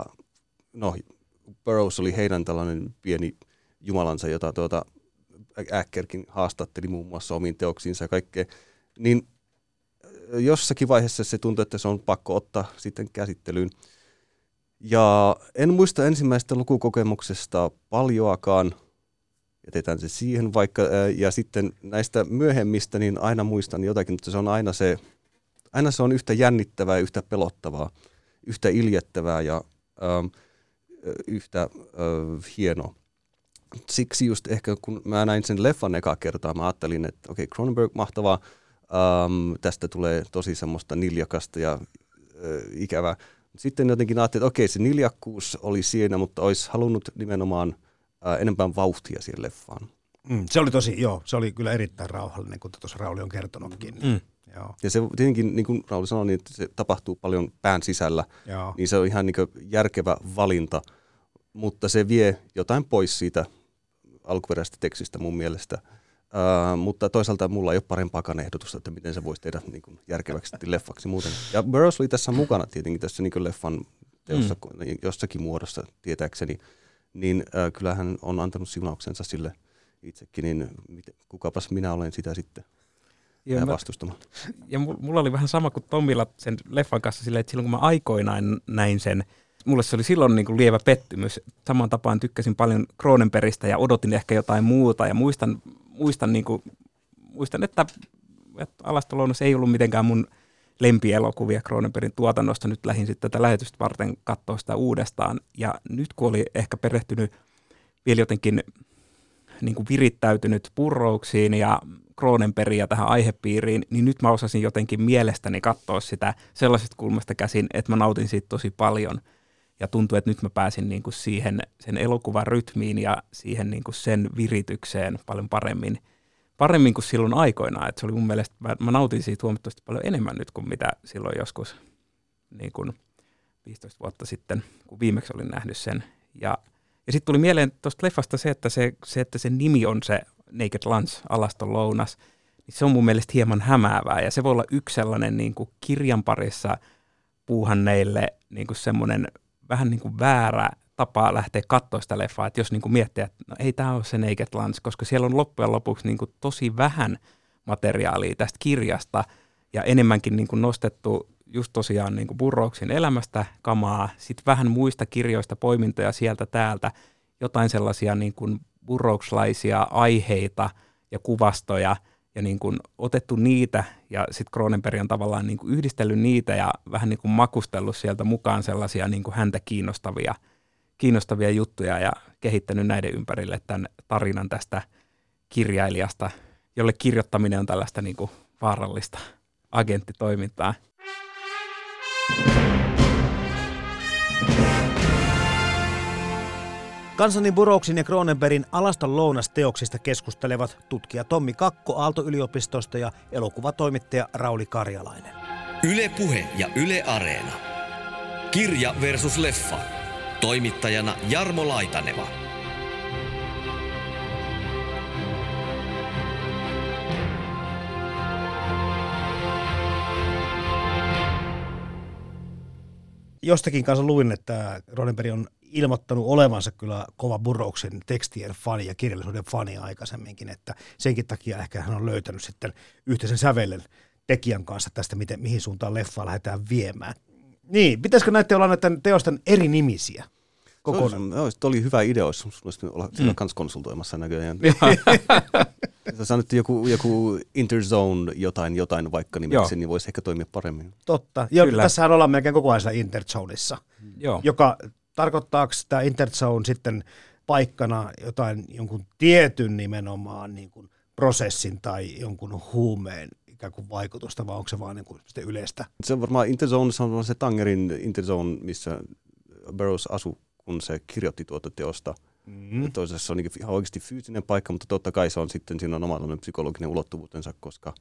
Burroughs oli heidän tällainen pieni jumalansa, jota Ackerkin haastatteli muun muassa omiin teoksiinsa ja kaikkea. Niin jossakin vaiheessa se tuntui, että se on pakko ottaa sitten käsittelyyn. Ja en muista ensimmäisestä lukukokemuksesta paljoakaan, jätetään se siihen vaikka, ja sitten näistä myöhemmistä, niin aina muistan jotakin, mutta se on aina se on yhtä jännittävää, yhtä pelottavaa, yhtä iljettävää ja yhtä hienoa. Siksi just ehkä kun mä näin sen leffan ekaa kertaa, mä ajattelin, että okei, Cronenberg mahtavaa, tästä tulee tosi semmoista niljakasta ja ikävää. Sitten jotenkin ajattelin, että okei, se niljakkuus oli siinä, mutta olisi halunnut nimenomaan enempää vauhtia siihen leffaan. Se oli se oli kyllä erittäin rauhallinen, kuten tuossa Rauli on kertonutkin. Joo. Ja se tietenkin, niin kuin Rauli sanoi, niin että se tapahtuu paljon pään sisällä, niin se on ihan niin kuin järkevä valinta, mutta se vie jotain pois siitä alkuperäisestä tekstistä mun mielestä. Mutta toisaalta mulla ei ole parempaakaan ehdotusta, että miten se voisi tehdä niin kuin järkeväksi leffaksi muuten. Ja Burroughs oli tässä mukana tietenkin tässä niin kuin leffan teossa jossakin muodossa tietääkseni, niin kyllähän on antanut siunauksensa sille itsekin, niin kukapas minä olen sitä sitten vastustamaan. Ja mulla oli vähän sama kuin Tommilla sen leffan kanssa silleen, että silloin kun mä aikoinaan näin sen, mulle se oli silloin niin kuin lievä pettymys. Samaan tapaan tykkäsin paljon Cronenbergistä ja odotin ehkä jotain muuta ja muistan että Alastolounas ei ollut mitenkään mun lempielokuvia Cronenbergin tuotannosta. Nyt lähdin sitten tätä lähetystä varten katsoa sitä uudestaan. Ja nyt kun oli ehkä perehtynyt vielä jotenkin niin kuin virittäytynyt Burroughsiin ja Cronenbergia tähän aihepiiriin, niin nyt mä osasin jotenkin mielestäni katsoa sitä sellaisesta kulmasta käsin, että mä nautin siitä tosi paljon. Ja tuntuu, että nyt mä pääsin niin kuin siihen sen elokuvan rytmiin ja siihen niin kuin sen viritykseen paljon paremmin kuin silloin aikoinaan. Että se oli mun mielestä, mä nautin siitä huomattavasti paljon enemmän nyt kuin mitä silloin joskus niin kuin 15 vuotta sitten, kun viimeksi olin nähnyt sen. Ja sitten tuli mieleen tuosta leffasta se, että se nimi on se Naked Lunch, alaston lounas, niin se on mun mielestä hieman hämäävää. Ja se voi olla yksi sellainen niin kuin kirjan parissa puuhanneille niin kuin semmoinen vähän niin kuin väärä tapa lähteä katsoa sitä leffaa, että jos niin kuin miettii, että no, ei tämä ole se Naked Lunch, koska siellä on loppujen lopuksi niin kuin tosi vähän materiaalia tästä kirjasta ja enemmänkin niin kuin nostettu just tosiaan niin kuin Burroughsin elämästä kamaa, sitten vähän muista kirjoista poimintoja sieltä täältä, jotain sellaisia niin kuin Burroughslaisia aiheita ja kuvastoja ja niin kuin otettu niitä ja sitten Cronenberg on tavallaan niin kuin yhdistellyt niitä ja vähän niin kuin makustellut sieltä mukaan sellaisia niin kuin häntä kiinnostavia juttuja ja kehittänyt näiden ympärille tämän tarinan tästä kirjailijasta, jolle kirjoittaminen on tällaista niin kuin vaarallista agenttitoimintaa. Kanssani Burroughsin ja Cronenbergin Alaston lounas-teoksista keskustelevat tutkija Tommi Kakko Aalto-yliopistosta ja elokuvatoimittaja Rauli Karjalainen. Yle Puhe ja Yle Areena. Kirja versus leffa. Toimittajana Jarmo Laitaneva. Jostakin kanssa luin, että Cronenberg on ilmoittanut olevansa kyllä kova Burroughsin tekstien fani ja kirjallisuuden fani aikaisemminkin, että senkin takia ehkä hän on löytänyt sitten yhteisen sävellen tekijän kanssa tästä, mihin suuntaan leffaa lähdetään viemään. Niin, pitäisikö näiden olla näiden teosten eri nimisiä kokonaan? Se oli hyvä idea, olisi olla siellä kanssa konsultoimassa näköjään. Jos nyt joku Interzone jotain vaikka nimeksi, niin voisi ehkä toimia paremmin. Totta. Ja tässähän ollaan melkein koko ajan siellä Interzoneissa, joka tarkoittaako tämä Interzone sitten paikkana jonkun tietyn nimenomaan niin kuin prosessin tai jonkun huumeen ikään kuin vaikutusta, vai onko se vaan niin kuin yleistä? Se on varmaan Interzone, se on se Tangerin Interzone, missä Burroughs asui, kun se kirjoitti tuota teosta. Toisessa on ihan oikeasti fyysinen paikka, mutta totta kai se on sitten, siinä on omalainen psykologinen ulottuvuutensa, koska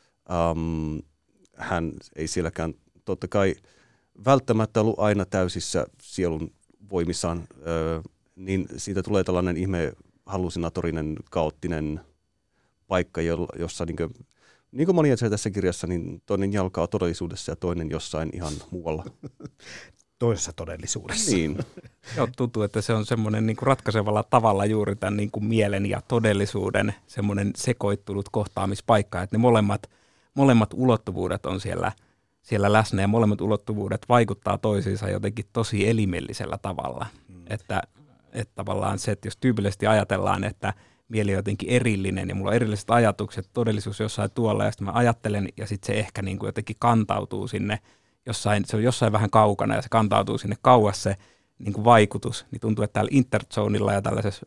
hän ei sielläkään totta kai välttämättä ollut aina täysissä sielun voimissaan, niin siitä tulee tällainen ihme hallusinatorinen, kaoottinen paikka, jossa niin kuin moni asia tässä kirjassa, niin toinen jalkaa todellisuudessa ja toinen jossain ihan muualla. Toisessa todellisuudessa. Niin. Joo, tuntuu, että se on semmoinen niin kuin ratkaisevalla tavalla juuri tämän niin kuin mielen ja todellisuuden semmoinen sekoittunut kohtaamispaikka, että ne molemmat ulottuvuudet on siellä läsnä ja molemmat ulottuvuudet vaikuttaa toisiinsa jotenkin tosi elimellisellä tavalla. Että tavallaan se, että jos tyypillisesti ajatellaan, että mieli on jotenkin erillinen ja mulla on erilliset ajatukset, todellisuus jossain tuolla ja sitten mä ajattelen ja sitten se ehkä niin kuin jotenkin kantautuu sinne se on jossain vähän kaukana ja se kantautuu sinne kauas se niin kuin vaikutus, niin tuntuu, että täällä Interzonella ja tällaisessa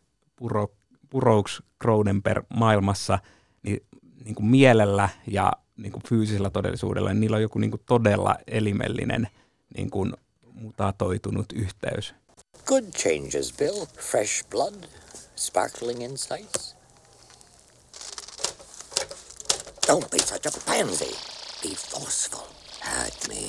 Burroughs-Cronenberg-maailmassa niin kuin mielellä ja niin kuin fyysisellä todellisuudella, niin niillä on joku niin kuin todella elimellinen niin kuin mutatoitunut yhteys. Good changes, Bill. Fresh blood, sparkling insights. Don't be such a pansy. Be forceful. Hurt me.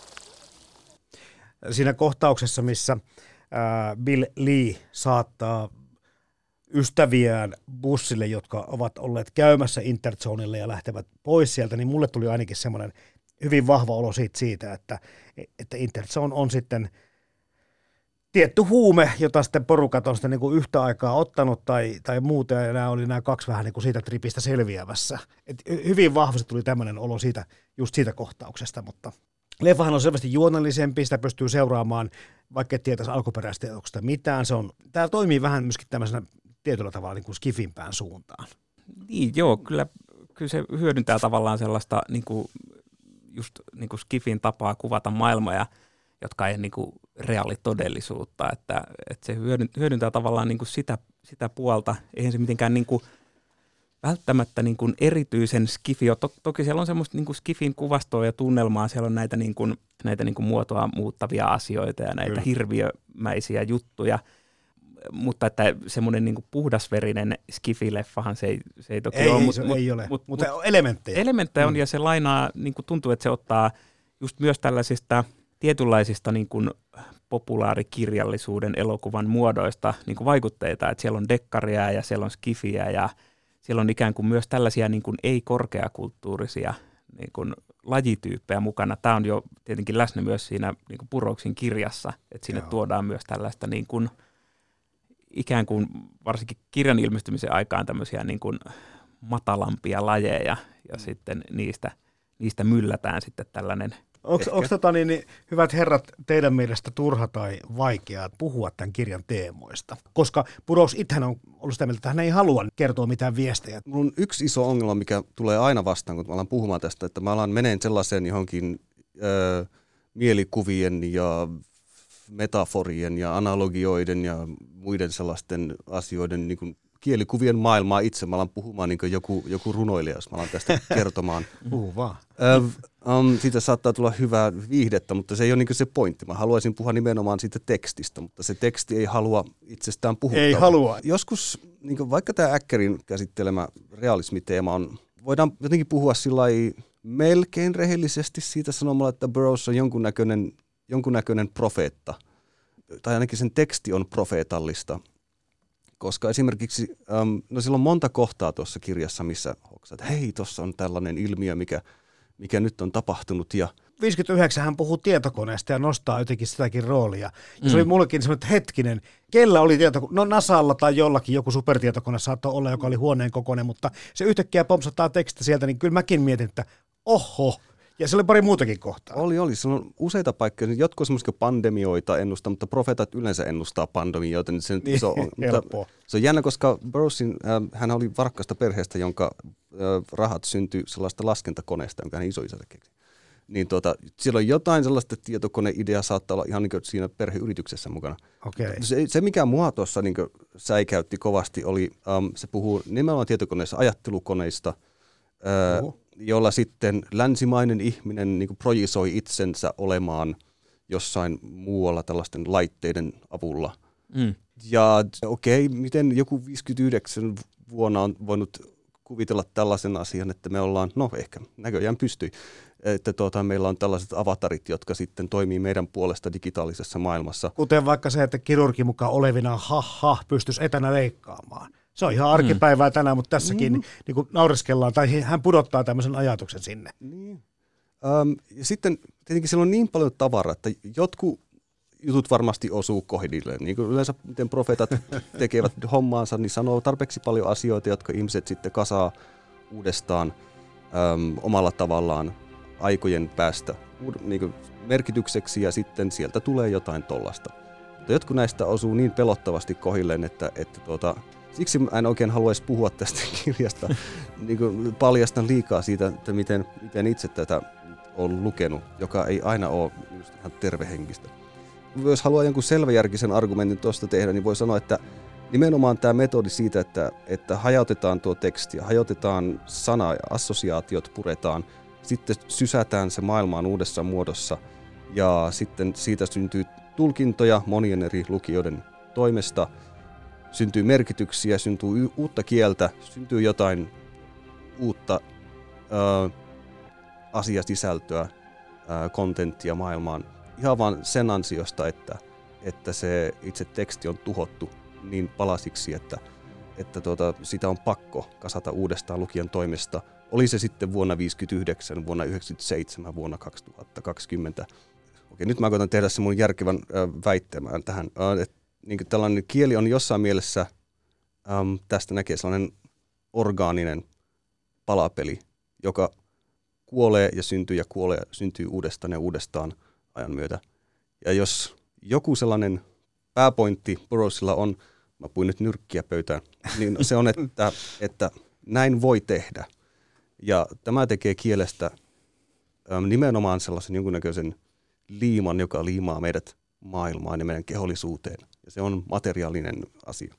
Siinä kohtauksessa, missä Bill Lee saattaa ystäviään bussille, jotka ovat olleet käymässä Interzonelle ja lähtevät pois sieltä, niin mulle tuli ainakin semmoinen hyvin vahva olo siitä, että Interzone on sitten tietty huume, jota sitten porukat on sitten niin kuin yhtä aikaa ottanut tai muuta, ja nämä kaksi vähän niin kuin siitä tripistä selviävässä. Et hyvin vahvasti tuli tämmöinen olo just siitä kohtauksesta, mutta leffahan on selvästi juonellisempi, sitä pystyy seuraamaan, vaikka et tietäisi alkuperäistä teoksesta mitään. Tämä toimii vähän myöskin tämmöisenä tietyllä tavalla niin kuin skifimpään suuntaan. Niin, joo, kyllä se hyödyntää tavallaan sellaista niin kuin, just niin kuin skifin tapaa kuvata maailmaa jotka ei niin kuin reaalitodellisuutta, että se hyödyntää tavallaan niin kuin sitä puolta. Eihän se mitenkään niin kuin välttämättä niin kuin erityisen skifio. Toki siellä on semmoista niin kuin skifin kuvastoa ja tunnelmaa, siellä on näitä muotoa muuttavia asioita ja näitä hirviömäisiä juttuja, mutta että semmoinen niin kuin puhdasverinen skifileffahan se ei toki ole. Ei ole, mutta elementtejä. Elementtejä on ja se lainaa, niin kuin tuntuu, että se ottaa just myös tällaisista tietynlaisista niin kuin populaarikirjallisuuden elokuvan muodoista niin kuin vaikutteita, että siellä on dekkaria ja siellä on skifiä ja siellä on ikään kuin myös tällaisia niin kuin ei-korkeakulttuurisia niin kuin lajityyppejä mukana. Tämä on jo tietenkin läsnä myös siinä niin kuin Burroughsin kirjassa, että sinne tuodaan myös tällaista niin kuin, ikään kuin varsinkin kirjan ilmestymisen aikaan tämmöisiä niin kuin matalampia lajeja ja sitten niistä myllätään sitten tällainen. Onko hyvät herrat, teidän mielestä turha tai vaikeaa puhua tämän kirjan teemoista? Koska Burroughs itsehän on ollut sitä mieltä, että hän ei halua kertoa mitään viestejä. Mulla on yksi iso ongelma, mikä tulee aina vastaan, kun mä alan puhumaan tästä, että mä alan meneen sellaiseen johonkin mielikuvien ja metaforien ja analogioiden ja muiden sellaisten asioiden niin kuin kielikuvien maailmaa itse. Mä alan puhumaan niin kuin joku runoilija, jos mä alan tästä kertomaan. Puhu vaan. Siitä saattaa tulla hyvää viihdettä, mutta se ei ole niin kuin se pointti. Mä haluaisin puhua nimenomaan siitä tekstistä, mutta se teksti ei halua itsestään puhua. Ei halua. Joskus, niin kuin vaikka tämä Ackerin käsittelemä realismiteema on, voidaan jotenkin puhua sillai melkein rehellisesti siitä sanomalla, että Burroughs on jonkunnäköinen profeetta. Tai ainakin sen teksti on profeetallista. Koska esimerkiksi, siellä on monta kohtaa tuossa kirjassa, missä hoksat, että hei, tuossa on tällainen ilmiö, mikä nyt on tapahtunut. Ja 59 hän puhuu tietokoneesta ja nostaa jotenkin sitäkin roolia. Ja se oli mullekin semmoinen, että hetkinen, kellä oli tietokone? No NASAlla tai jollakin joku supertietokone saattoi olla, joka oli huoneen kokoinen, mutta se yhtäkkiä pompsattaa tekstistä sieltä, niin kyllä mäkin mietin, että oho. Ja se oli pari muutakin kohtaa. Oli. Se on useita paikkoja. Jotkut on semmoisia pandemioita ennustaa, mutta profeetat yleensä ennustaa pandemioita. Niin se, niin, se on jännä, koska Burroughsin, hän oli varakkaasta perheestä, jonka rahat syntyi sellaista laskentakoneesta, jonka hän isoisäntä keksi. Niin siellä on jotain sellaista tietokoneidea saattaa olla ihan niin kuin siinä perheyrityksessä mukana. Okay. Se mikä mua tuossa niin kuin säikäytti kovasti, oli, se puhuu nimenomaan tietokoneissa ajattelukoneista, jolla sitten länsimainen ihminen niin kuin projisoi itsensä olemaan jossain muualla tällaisten laitteiden avulla. Ja miten joku 59 vuonna on voinut kuvitella tällaisen asian, että me ollaan, ehkä näköjään pystyi, että meillä on tällaiset avatarit, jotka sitten toimii meidän puolesta digitaalisessa maailmassa. Kuten vaikka se, että kirurgi mukaan olevina pystyisi etänä leikkaamaan. Se on ihan arkipäivää tänään, mutta tässäkin niin kuin naureskellaan, tai hän pudottaa tämmöisen ajatuksen sinne. Niin. Ja sitten tietenkin siellä on niin paljon tavaraa, että jotkut jutut varmasti osuu kohdilleen. Niin kuin yleensä miten profeetat tekevät hommaansa, niin sanoo tarpeeksi paljon asioita, jotka ihmiset sitten kasaa uudestaan omalla tavallaan aikojen päästä niin kuin merkitykseksi, ja sitten sieltä tulee jotain tollasta. Mutta jotkut näistä osuu niin pelottavasti kohdilleen, että siksi en oikein haluaisi puhua tästä kirjasta. Niin kuin paljastan liikaa siitä, että miten itse tätä olen lukenut, joka ei aina ole ihan tervehenkistä. Jos haluaa jonkun selväjärkisen argumentin tuosta tehdä, niin voi sanoa, että nimenomaan tämä metodi siitä, että hajautetaan tuo teksti, hajautetaan sana ja assosiaatiot puretaan, sitten sysätään se maailmaan uudessa muodossa ja sitten siitä syntyy tulkintoja monien eri lukijoiden toimesta, syntyy merkityksiä, syntyy uutta kieltä, syntyy jotain uutta asiasisältöä, kontenttia maailmaan. Ihan vaan sen ansiosta, että se itse teksti on tuhottu niin palasiksi, että sitä on pakko kasata uudestaan lukijan toimesta. Oli se sitten vuonna 1959, vuonna 1997, vuonna 2020. Okei, nyt mä koitan tehdä se mun järkevän väittämään tähän. Niin tällainen kieli on jossain mielessä, tästä näkee sellainen orgaaninen palapeli, joka kuolee ja syntyy uudestaan ja uudestaan ajan myötä. Ja jos joku sellainen pääpointti Burroughsilla on, mä puin nyt nyrkkiä pöytään, niin se on, että näin voi tehdä. Ja tämä tekee kielestä nimenomaan sellaisen jonkunnäköisen liiman, joka liimaa meidät maailmaan ja meidän kehollisuuteen. Ja se on materiaalinen asia.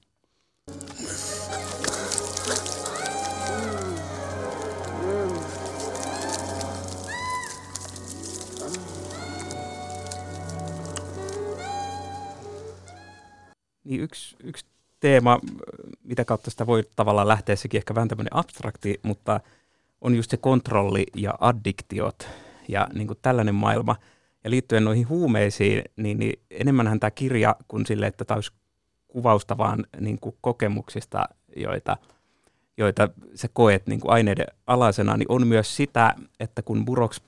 Niin yksi teema, mitä kautta sitä voi tavallaan lähteä, sekin ehkä vähän tämmöinen abstrakti, mutta on just se kontrolli ja addiktiot ja niin kuin tällainen maailma. Ja liittyen noihin huumeisiin, niin enemmänhän tämä kirja kuin sille, että tämä olisi kuvausta vaan niin kuin kokemuksista, joita sä koet niin kuin aineiden alaisena, niin on myös sitä, että kun Burroughs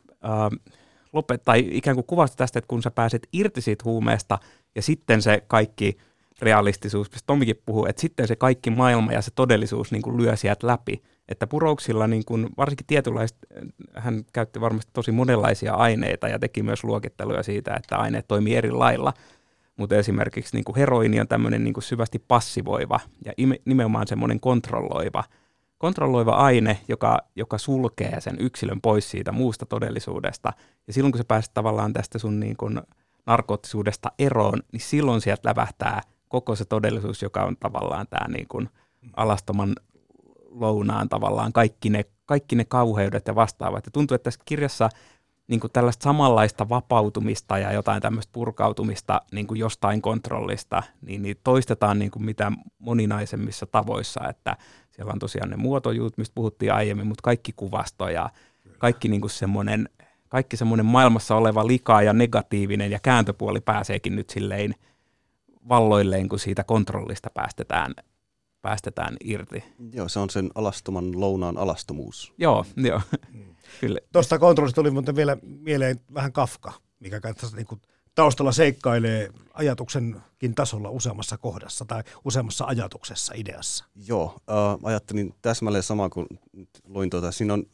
tai ikään kuin kuvasta tästä, että kun sä pääset irti siitä huumeesta ja sitten se kaikki realistisuus, mistä Tomikin puhuu, että sitten se kaikki maailma ja se todellisuus niin kuin lyö sieltä läpi. Että Burroughsilla niin kuin varsinkin tietynlaista, hän käytti varmasti tosi monenlaisia aineita ja teki myös luokitteluja siitä, että aineet toimii eri lailla. Mutta esimerkiksi niin kuin heroini on tämmöinen niin kuin syvästi passivoiva ja nimenomaan semmoinen kontrolloiva aine, joka sulkee sen yksilön pois siitä muusta todellisuudesta. Ja silloin kun sä pääset tavallaan tästä sun niin kuin narkoottisuudesta eroon, niin silloin sieltä lävähtää koko se todellisuus, joka on tavallaan tämä niin kuin alastoman lounaan tavallaan kaikki ne kauheudet ja vastaavat. Ja tuntuu, että tässä kirjassa niin kuin tällaista samanlaista vapautumista ja jotain tämmöistä purkautumista niin kuin jostain kontrollista, niin toistetaan niin kuin mitä moninaisemmissa tavoissa, että siellä on tosiaan ne muotojutut, mistä puhuttiin aiemmin, mutta kaikki kuvasto ja kaikki niin kuin semmoinen maailmassa oleva lika ja negatiivinen ja kääntöpuoli pääseekin nyt silleen valloilleen, kun siitä kontrollista päästetään irti. Joo, se on sen alastoman lounaan alastomuus. Joo. Kyllä. Tuosta kontrollista tuli muuten vielä mieleen vähän Kafka, mikä niin kuin taustalla seikkailee ajatuksenkin tasolla useammassa kohdassa tai useammassa ajatuksessa, ideassa. Joo, ajattelin täsmälleen samaa kuin luin tuota. Siinä on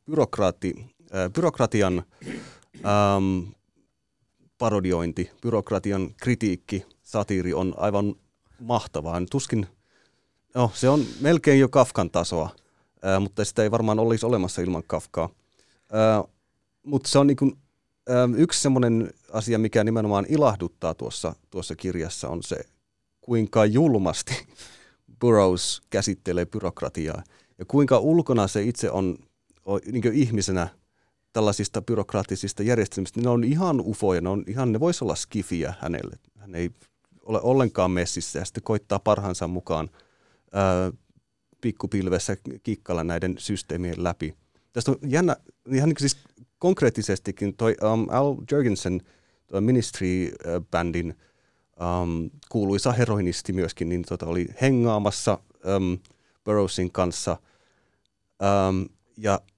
byrokratian parodiointi, byrokratian kritiikki, satiiri on aivan mahtavaa. Tuskin, se on melkein jo Kafkan tasoa, mutta sitä ei varmaan olisi olemassa ilman Kafkaa. Mutta se on niin kuin, yksi semmoinen asia, mikä nimenomaan ilahduttaa tuossa kirjassa, on se, kuinka julmasti Burroughs käsittelee byrokratiaa ja kuinka ulkona se itse on niin kuin ihmisenä tällaisista byrokraattisista järjestelmistä. Ne on ihan ufoja, ne vois olla skifiä hänelle. Hän ei ole ollenkaan messissä ja sitten koittaa parhaansa mukaan pikkupilvessä kikkailla näiden systeemien läpi. Tästä on jännä, ihan niin siis konkreettisestikin toi Al Jourgensen Ministry-bändin kuuluisa heroinisti myöskin, niin oli hengaamassa Burroughsin kanssa ja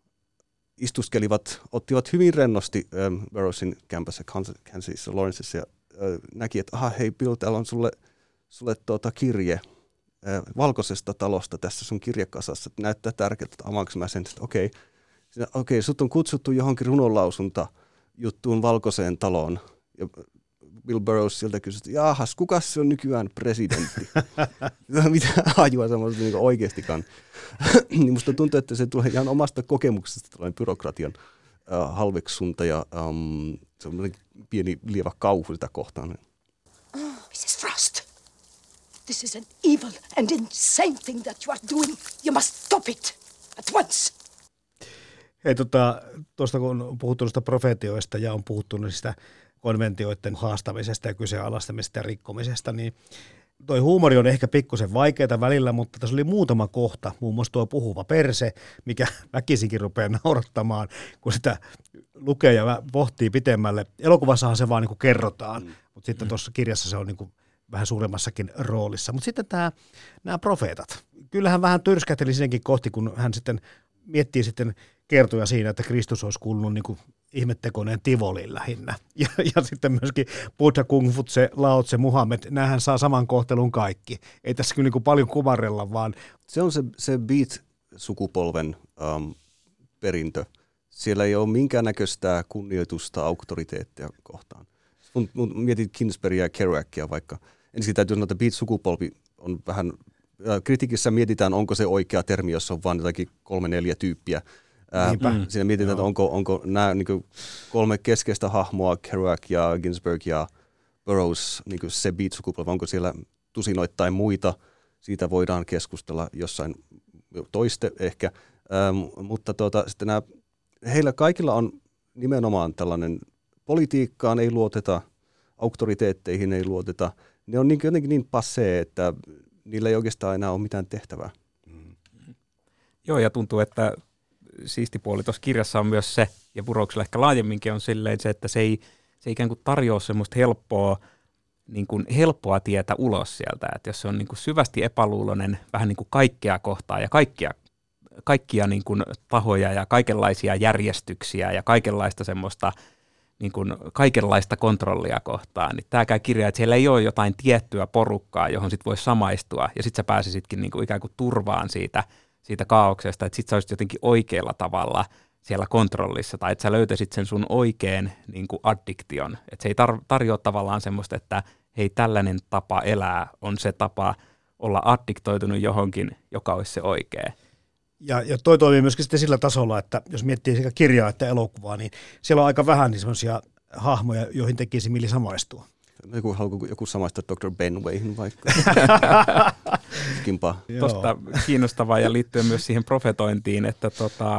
ottivat hyvin rennosti Burroughsin kämpässä Kansasissa Lawrencessa ja näki, että hei Bill, täällä on sulle kirje valkoisesta talosta tässä sun kirjakasassa, että näyttää tärkeältä, että avaanko mä sen, että okei, sut on kutsuttu johonkin runonlausunta juttuun valkoiseen taloon. Ja Bill Burroughs siltä kysyi, että jahas, kukas se on nykyään presidentti? Mitä hajua semmoista niin oikeastikaan. Niin musta tuntuu, että se tulee ihan omasta kokemuksesta tällainen byrokratian halveksunta ja semmoinen pieni lievä kauhu sitä kohtaan. Mrs. Frost, this is an evil and insane thing that you are doing. You must stop it at once. Hei, tuosta kun on puhuttu noista profeetioista ja on puhuttu niistä konventioiden haastamisesta ja kyseenalaistamisesta ja rikkomisesta, niin toi huumori on ehkä pikkusen vaikeaa välillä, mutta tässä oli muutama kohta, muun muassa tuo puhuva perse, mikä väkisinkin rupeaa naurattamaan, kun sitä lukee ja pohtii pitemmälle. Elokuvassahan se vaan niin kuin kerrotaan, mutta sitten tuossa kirjassa se on niin kuin vähän suuremmassakin roolissa. Mutta sitten nämä profeetat. Kyllähän vähän tyrskähteli sinnekin kohti, kun hän sitten miettii sitten kertoja siinä, että Kristus olisi kuulunut niin kuin ihmettekoneen Tivolin lähinnä. Ja sitten myöskin Buddha, Kung Futse, Lao Tse, Muhammed, näähän saa saman kohtelun kaikki. Ei tässä kyllä niin kuin paljon kumarrella, vaan... Se on se Beat-sukupolven perintö. Siellä ei ole minkäännäköistä kunnioitusta auktoriteettia kohtaan. Mietit Kinsbergia ja Kerouacia vaikka. Ensin täytyy sanoa, että Beat-sukupolvi on vähän... Kritiikissä mietitään, onko se oikea termi, jos on vain jotakin 3-4 tyyppiä Siinä mietitään, että onko nämä niin 3 keskeistä hahmoa, Kerouac ja Ginsberg ja Burroughs, niin se Beat-sukupolvi, onko siellä tusinoittain muita, siitä voidaan keskustella jossain toiste ehkä, mutta sitten heillä kaikilla on nimenomaan tällainen politiikkaan ei luoteta, auktoriteetteihin ei luoteta, ne on jotenkin niin passee, että niillä ei oikeastaan enää ole mitään tehtävää. Joo, ja tuntuu, että siisti puoli tuossa kirjassa on myös se, ja Burroughsilla ehkä laajemminkin on silleen se, että se ei ikään kuin tarjoa semmoista helppoa tietä ulos sieltä, että jos se on niin kuin syvästi epäluuloinen vähän niin kuin kaikkea kohtaa ja kaikkia niin kuin tahoja ja kaikenlaisia järjestyksiä ja kaikenlaista semmoista niin kuin kaikenlaista kontrollia kohtaan, niin tämäkään kirja, että siellä ei ole jotain tiettyä porukkaa, johon sit voisi samaistua, ja sitten sä pääsisitkin niin kuin ikään kuin turvaan siitä kaauksesta, että sitten sä olisit jotenkin oikealla tavalla siellä kontrollissa, tai että sä löytäisit sen sun oikean niin kuin addiktion, että se ei tarjoa tavallaan semmoista, että hei, tällainen tapa elää on se tapa olla addiktoitunut johonkin, joka olisi se oikea. Ja toi toimii myöskin sitten sillä tasolla, että jos miettii sekä kirjaa että elokuvaa, niin siellä on aika vähän niin semmoisia hahmoja, joihin tekisi mieli samaistua. Haluatko joku samaistua Dr. Benwayhin vaikka? Tuosta kiinnostavaa ja liittyen myös siihen profetointiin, että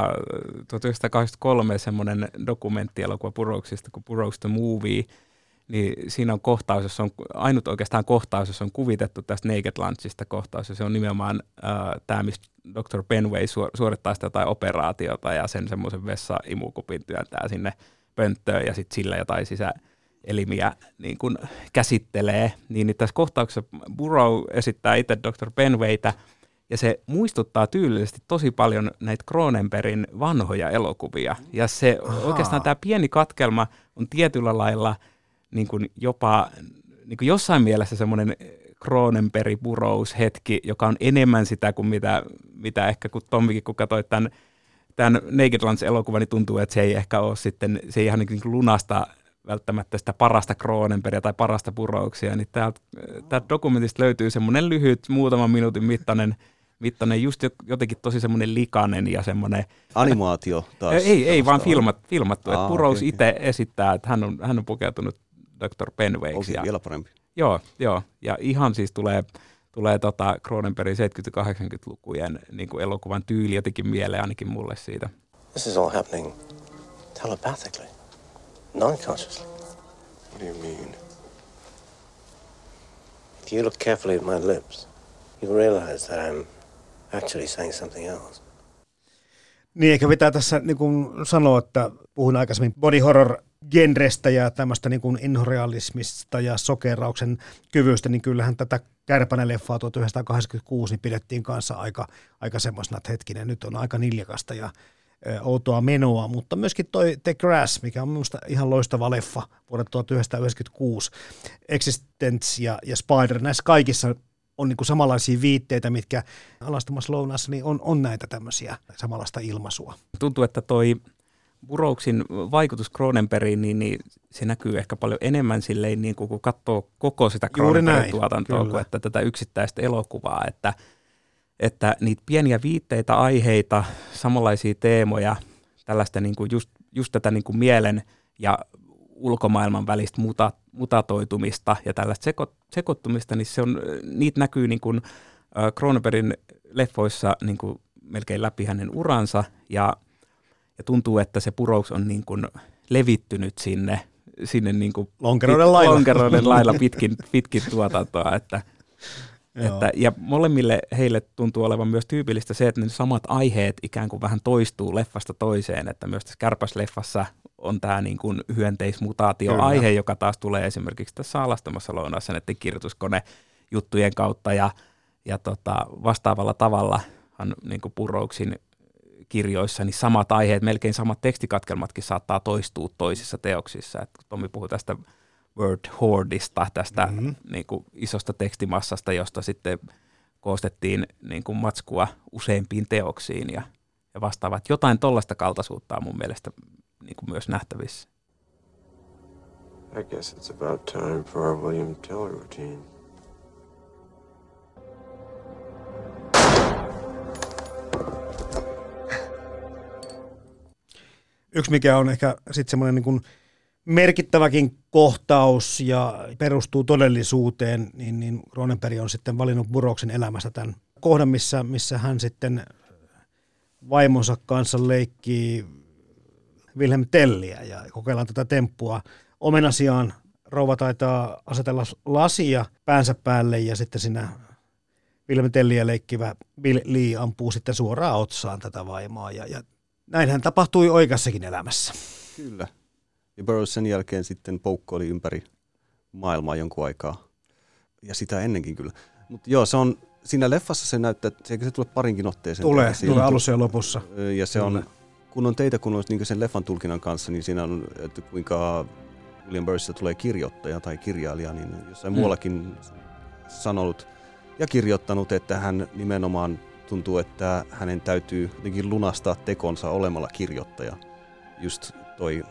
1983 semmoinen dokumenttielokuva Burroughsista kuin Burroughs the Movie, niin siinä on kohtaus, jossa on ainut oikeastaan kohtaus, jossa on kuvitettu tästä Naked Lunchista kohtaus, ja se on nimenomaan tämä, missä Dr. Benway suorittaa sitä jotain operaatiota ja sen semmoisen vessa-imukupin työntää sinne pönttöön ja sitten sillä jotain sisäelimiä niin kun käsittelee. Niin tässä kohtauksessa Burrough esittää itse Dr. Benwaytä, ja se muistuttaa tyylillisesti tosi paljon näitä Cronenbergin vanhoja elokuvia. Ja se oikeastaan tämä pieni katkelma on tietyllä lailla niin kuin jopa niin kuin jossain mielessä semmoinen Cronenberg-Burroughs-hetki, joka on enemmän sitä kuin mitä ehkä kun Tommikin, kun katsoit tämän Naked Lunch-elokuvan, niin tuntuu, että se ei ehkä ole sitten, se ei ihan niin kuin lunasta välttämättä sitä parasta Cronenbergia tai parasta Burroughsia, niin täältä dokumentista löytyy semmoinen lyhyt, muutaman minuutin mittainen just jotenkin tosi semmoinen likainen ja semmoinen... Animaatio taas. Ei vaan filmattu. Että Burroughs itse esittää, että hän on pukeutunut Dr. Benwayksi. Onko vielä parempi? Joo. Ja ihan siis tulee Cronenbergin 70- ja 80-lukujen niin kuin elokuvan tyyli jotenkin mieleen ainakin mulle siitä. This is all happening telepathically, non-consciously. What do you mean? If you look carefully at my lips, you'll realize that I'm actually saying something else. Niin, eikä pitää tässä niin kuin sanoa, että puhun aikaisemmin body horror-genrestä ja tämmöistä niin kuin inhorealismista ja sokerauksen kyvystä, niin kyllähän tätä Kärpänen-leffaa 1986 niin pidettiin kanssa aika semmoisena, että hetkinen, nyt on aika niljakasta ja outoa menoa, mutta myöskin toi The Grass, mikä on minusta ihan loistava leffa vuodelta 1996, Existence ja Spider, näissä kaikissa on niin kuin samanlaisia viitteitä, mitkä Alastomassa lounaassa niin on näitä tämmöisiä samanlaista ilmaisua. Tuntuu, että toi Burroughsin vaikutus Cronenbergiin, niin se näkyy ehkä paljon enemmän silleen, niin kun katsoo koko sitä Cronenbergin tuotantoa, kuin että tätä yksittäistä elokuvaa, että niitä pieniä viitteitä, aiheita, samanlaisia teemoja, tällaista niin kuin just tätä niin kuin mielen ja ulkomaailman välistä mutatoitumista ja tällaista sekoittumista, niin niitä näkyy niin kuin Cronenbergin leffoissa niin kuin melkein läpi hänen uransa, ja tuntuu, että se Burroughs on niin kuin levittynyt sinne niin kuin lonkeroiden lailla pitkin tuotantoa, ja molemmille heille tuntuu olevan myös tyypillistä se, että ne samat aiheet ikään kuin vähän toistuu leffasta toiseen, että myös tässä Kärpäs-leffassa on tämä niin kuin hyönteismutaatio-aihe, joka taas tulee esimerkiksi tässä Alastomassa lounaassa näiden kirjoituskone-juttujen kautta, ja vastaavalla tavallahan niin kuin Burroughsin kirjoissa niin samat aiheet, melkein samat tekstikatkelmatkin saattaa toistua toisissa teoksissa. Et kun Tommi puhui tästä word hoardista, tästä niin kuin isosta tekstimassasta, josta sitten koostettiin niin kuin matskua useimpiin teoksiin ja vastaavat. Jotain tollaista kaltaisuutta on mun mielestä niin kuin myös nähtävissä. I guess it's about time for our William Tell routine. Yksi, mikä on ehkä sitten semmoinen niin kuin merkittäväkin kohtaus ja perustuu todellisuuteen, niin Cronenberg on sitten valinnut Burroughsin elämästä tämän kohdan, missä hän sitten vaimonsa kanssa leikkii Wilhelm Telliä ja kokeillaan tätä temppua. Omenan sijaan rouva taitaa asetella lasia päänsä päälle ja sitten siinä Wilhelm Telliä leikkivä Bill Lee ampuu sitten suoraan otsaan tätä vaimoa ja näinhän tapahtui oikeassakin elämässä. Kyllä. Ja Burroughs sen jälkeen sitten poukkoili ympäri maailmaa jonkun aikaa. Ja sitä ennenkin kyllä. Mutta joo, se on, siinä leffassa se näyttää, että se tulee parinkin otteeseen. Tulee alussa ja lopussa. Ja se on, kun on niin sen leffan tulkinnan kanssa, niin siinä on, että kuinka William Burroughsista tulee kirjoittaja tai kirjailija, niin jossain muuallakin sanonut ja kirjoittanut, että hän nimenomaan tuntuu, että hänen täytyy jotenkin lunastaa tekonsa olemalla kirjoittaja. Just toi.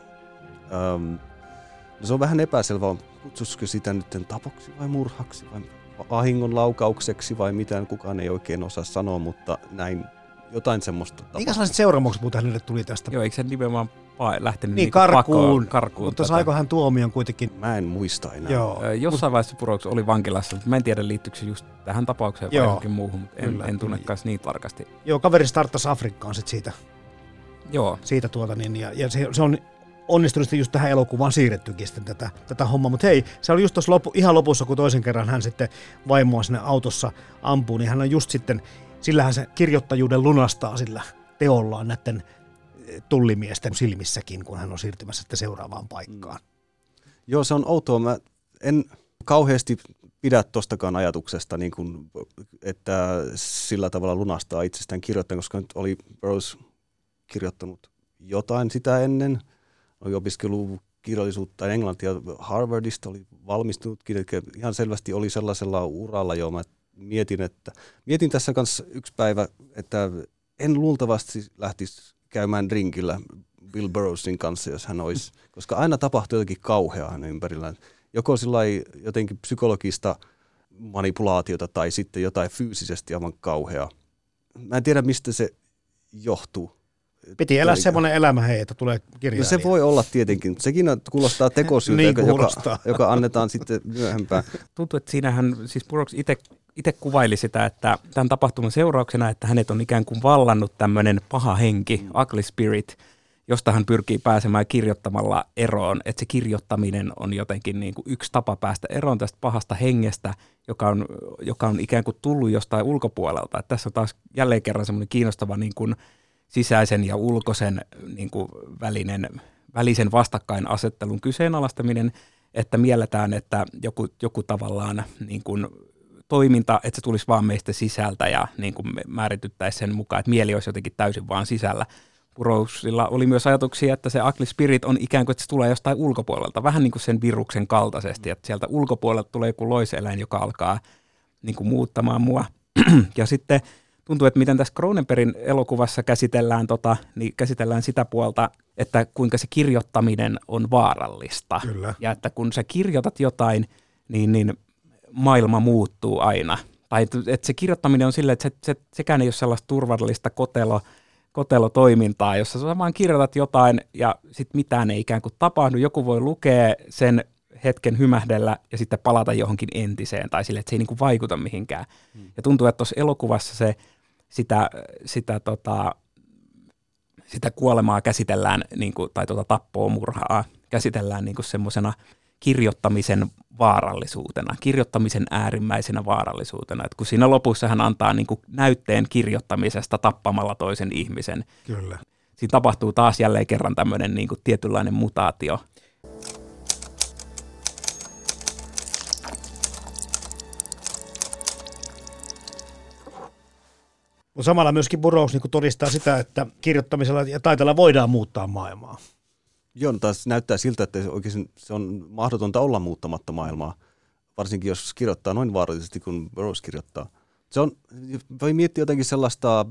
Se on vähän epäselvää, kutsuisiko sitä nyt tapoksi vai murhaksi vai vahingon laukaukseksi vai mitään, kukaan ei oikein osaa sanoa, mutta näin jotain semmoista tapahtuu. Minkälaisia seuraamuksia muuten hänelle tuli tästä? Joo, eikö se nimenomaan lähtenyt niin karkuun mutta saiko hän tuomion kuitenkin? Mä en muista enää. Joo. Jossain vaiheessa Burroughs oli vankilassa, mutta mä en tiedä liittyykö se just tähän tapaukseen vai johonkin muuhun, mutta en tunne kanssa niin tarkasti. Joo, kaveri starttasi Afrikkaan sitten siitä. Joo. Siitä ja se on onnistunut just tähän elokuvaan siirrettykin sitten tätä hommaa, mutta hei, se oli just tuossa ihan lopussa, kun toisen kerran hän sitten vaimoa sinne autossa ampuu, niin hän on just sitten, sillähän se kirjoittajuuden lunastaa sillä teollaan näiden tullimiesten silmissäkin, kun hän on siirtymässä sitten seuraavaan paikkaan. Joo, se on outoa. Mä en kauheasti pidä tostakaan ajatuksesta, niin kuin, että sillä tavalla lunastaa itsestään kirjoittajan, koska nyt oli Burroughs kirjoittanut jotain sitä ennen. Oli opiskellut kirjallisuutta englantia Harvardista, oli valmistunutkin, eli ihan selvästi oli sellaisella uralla, jo mä mietin tässä kanssa yksi päivä, että en luultavasti lähtisi käymään drinkillä Bill Burroughsin kanssa, jos hän olisi, koska aina tapahtuu jotakin kauheaa hänen ympärillään. Joko jotenkin psykologista manipulaatiota tai sitten jotain fyysisesti aivan kauheaa. Mä en tiedä, mistä se johtuu. Piti elää semmoinen elämä, että tulee kirjailija. No se voi olla tietenkin, mutta sekin kuulostaa tekosyyltä, niin joka annetaan sitten myöhempään. Tuntuu, että siinähän siis Burroughs itse kuvaili sitä, että tämän tapahtuman seurauksena, että hänet on ikään kuin vallannut tämmöinen paha henki, ugly spirit, josta hän pyrkii pääsemään kirjoittamalla eroon. Että se kirjoittaminen on jotenkin niin kuin yksi tapa päästä eroon tästä pahasta hengestä, joka on ikään kuin tullut jostain ulkopuolelta. Että tässä on taas jälleen kerran semmoinen kiinnostava niin kuin sisäisen ja ulkoisen niin kuin välisen vastakkainasettelun kyseenalaistaminen, että mielletään, että joku tavallaan niin kuin toiminta, että se tulisi vaan meistä sisältä ja niin kuin määrityttäisiin sen mukaan, että mieli olisi jotenkin täysin vaan sisällä. Burroughsilla oli myös ajatuksia, että se ugly spirit on ikään kuin, että se tulee jostain ulkopuolelta, vähän niin kuin sen viruksen kaltaisesti, että sieltä ulkopuolelta tulee joku loiseläin, joka alkaa niin kuin muuttamaan mua. Ja sitten tuntuu, että miten tässä Cronenbergin elokuvassa käsitellään sitä puolta, että kuinka se kirjoittaminen on vaarallista. Kyllä. Ja että kun sä kirjoitat jotain, niin maailma muuttuu aina. Tai että se kirjoittaminen on silleen, että sekään ei ole sellaista turvallista kotelotoimintaa, jossa sä vaan kirjoitat jotain ja sitten mitään ei ikään kuin tapahdu. Joku voi lukea sen hetken hymähdellä ja sitten palata johonkin entiseen tai sille, että se ei niin kuin vaikuta mihinkään. Ja tuntuu, että tuossa elokuvassa sitä kuolemaa käsitellään, niin kuin, tai tappoa, murhaa käsitellään niin kuin semmoisena kirjoittamisen vaarallisuutena, kirjoittamisen äärimmäisenä vaarallisuutena. Et kun siinä lopussa hän antaa niin kuin näytteen kirjoittamisesta tappamalla toisen ihmisen. Kyllä. Siinä tapahtuu taas jälleen kerran tämmöinen niin kuin tietynlainen mutaatio. Mutta samalla myöskin Burroughs niin todistaa sitä, että kirjoittamisella ja taiteella voidaan muuttaa maailmaa. Joo, taas näyttää siltä, että oikein se on mahdotonta olla muuttamatta maailmaa, varsinkin jos kirjoittaa noin vaarallisesti kuin Burroughs kirjoittaa. Voi miettiä jotenkin sellaista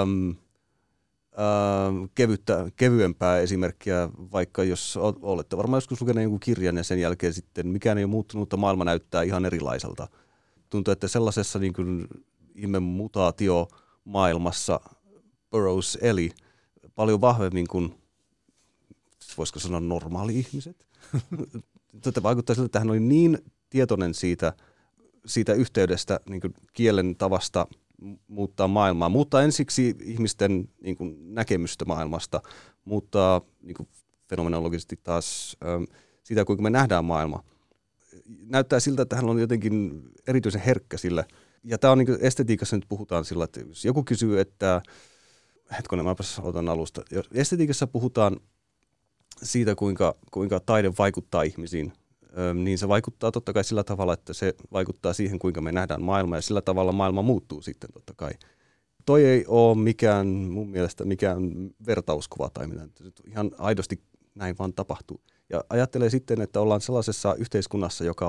kevyempää esimerkkiä, vaikka jos olette varmaan joskus lukeneet jonkun kirjan ja sen jälkeen sitten mikään ei ole muuttunut, mutta maailma näyttää ihan erilaiselta. Tuntuu, että sellaisessa niin kuin ihme mutaatio maailmassa Burroughs eli paljon vahvemmin kuin voisiko sanoa normaali-ihmiset. Vaikuttaa siltä, että hän oli niin tietoinen siitä yhteydestä niin kuin kielen tavasta muuttaa maailmaa. Muuttaa ensiksi ihmisten niin kuin näkemystä maailmasta, muuttaa niin kuin fenomenologisesti taas sitä, kuinka me nähdään maailma. Näyttää siltä, että hän on jotenkin erityisen herkkä sille. Ja tämä on niin kuin estetiikassa nyt puhutaan sillä, että jos joku kysyy, että hetkonen, mäpäs aloitan alusta. Estetiikassa puhutaan siitä, kuinka taide vaikuttaa ihmisiin, niin se vaikuttaa totta kai sillä tavalla, että se vaikuttaa siihen, kuinka me nähdään maailma, ja sillä tavalla maailma muuttuu sitten totta kai. Toi ei ole mun mielestä mikään vertauskuva tai mitään. Ihan aidosti näin vaan tapahtuu. Ja ajattelee sitten, että ollaan sellaisessa yhteiskunnassa, joka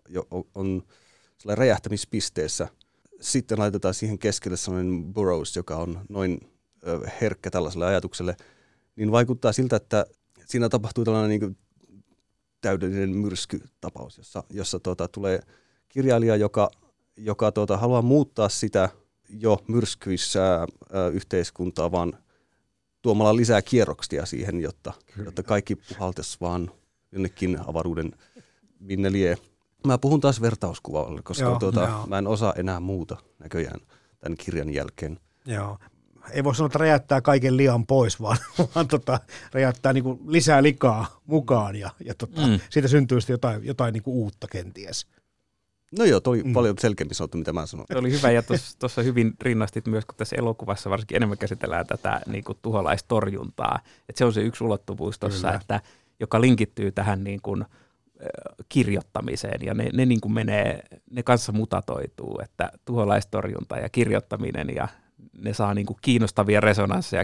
on räjähtämispisteessä. Sitten laitetaan siihen keskelle sellainen Burroughs, joka on noin herkkä tällaiselle ajatukselle, niin vaikuttaa siltä, että siinä tapahtuu tällainen niin kuin täydellinen myrskytapaus, jossa tulee kirjailija, joka haluaa muuttaa sitä jo myrskyissä yhteiskuntaa, vaan tuomalla lisää kierroksia siihen, jotta kaikki puhaltaisi vaan jonnekin avaruuden minne lie. Mä puhun taas vertauskuvalla, koska mä en osaa enää muuta näköjään tämän kirjan jälkeen. Joo. Ei voi sanoa, että räjäyttää kaiken lian pois, vaan räjäyttää niin kuin lisää likaa mukaan ja siitä syntyy sitten jotain niin kuin uutta kenties. No joo, toi paljon selkeämpi sanottu, mitä mä sanoin. Se oli hyvä ja tuossa hyvin rinnastit myös, kun tässä elokuvassa varsinkin enemmän käsitellään tätä niin kuin tuholaistorjuntaa. Että se on se yksi ulottuvuus tuossa, että joka linkittyy tähän niin kuin kirjoittamiseen ja ne niin kuin ne kanssa mutatoituu, että tuholaistorjunta ja kirjoittaminen ja ne saa niin kuin kiinnostavia resonansseja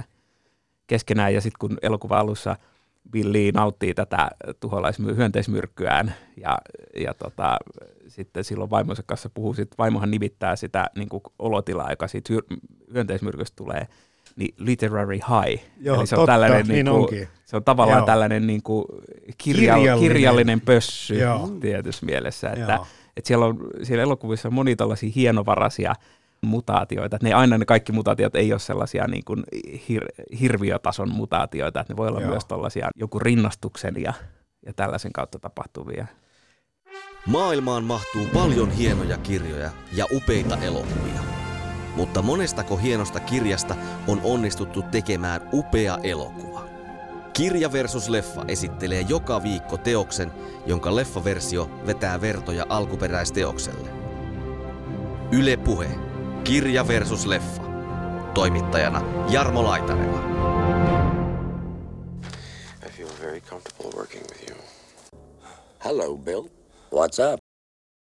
keskenään ja sitten kun elokuvan alussa Bill Lee nauttii tätä hyönteismyrkkyään ja sitten silloin vaimonsa kanssa puhuu, vaimohan nimittää sitä niin kuin olotilaa, joka siitä hyönteismyrkystä tulee, niin literary high. Joo, eli se on tällainen niin kuin, se on tavallaan tällainen niin kuin kirjallinen pössy tietyssä mielessä, että siellä elokuvissa on moni tällaisia hienovaraisia mutaatioita. Että ne kaikki mutaatiot ei ole sellaisia niin kuin hirviötason mutaatioita, että ne voi olla myös tällaisia joku rinnastuksen ja tällaisen kautta tapahtuvia. Maailmaan mahtuu paljon hienoja kirjoja ja upeita elokuvia. Mutta monestako hienosta kirjasta on onnistuttu tekemään upea elokuva? Kirja versus leffa esittelee joka viikko teoksen, jonka leffaversio vetää vertoja alkuperäisteokselle. Yle Puhe. Kirja versus leffa. Toimittajana Jarmo Laitaneva. I feel very comfortable working with you. Hello, Bill. What's up?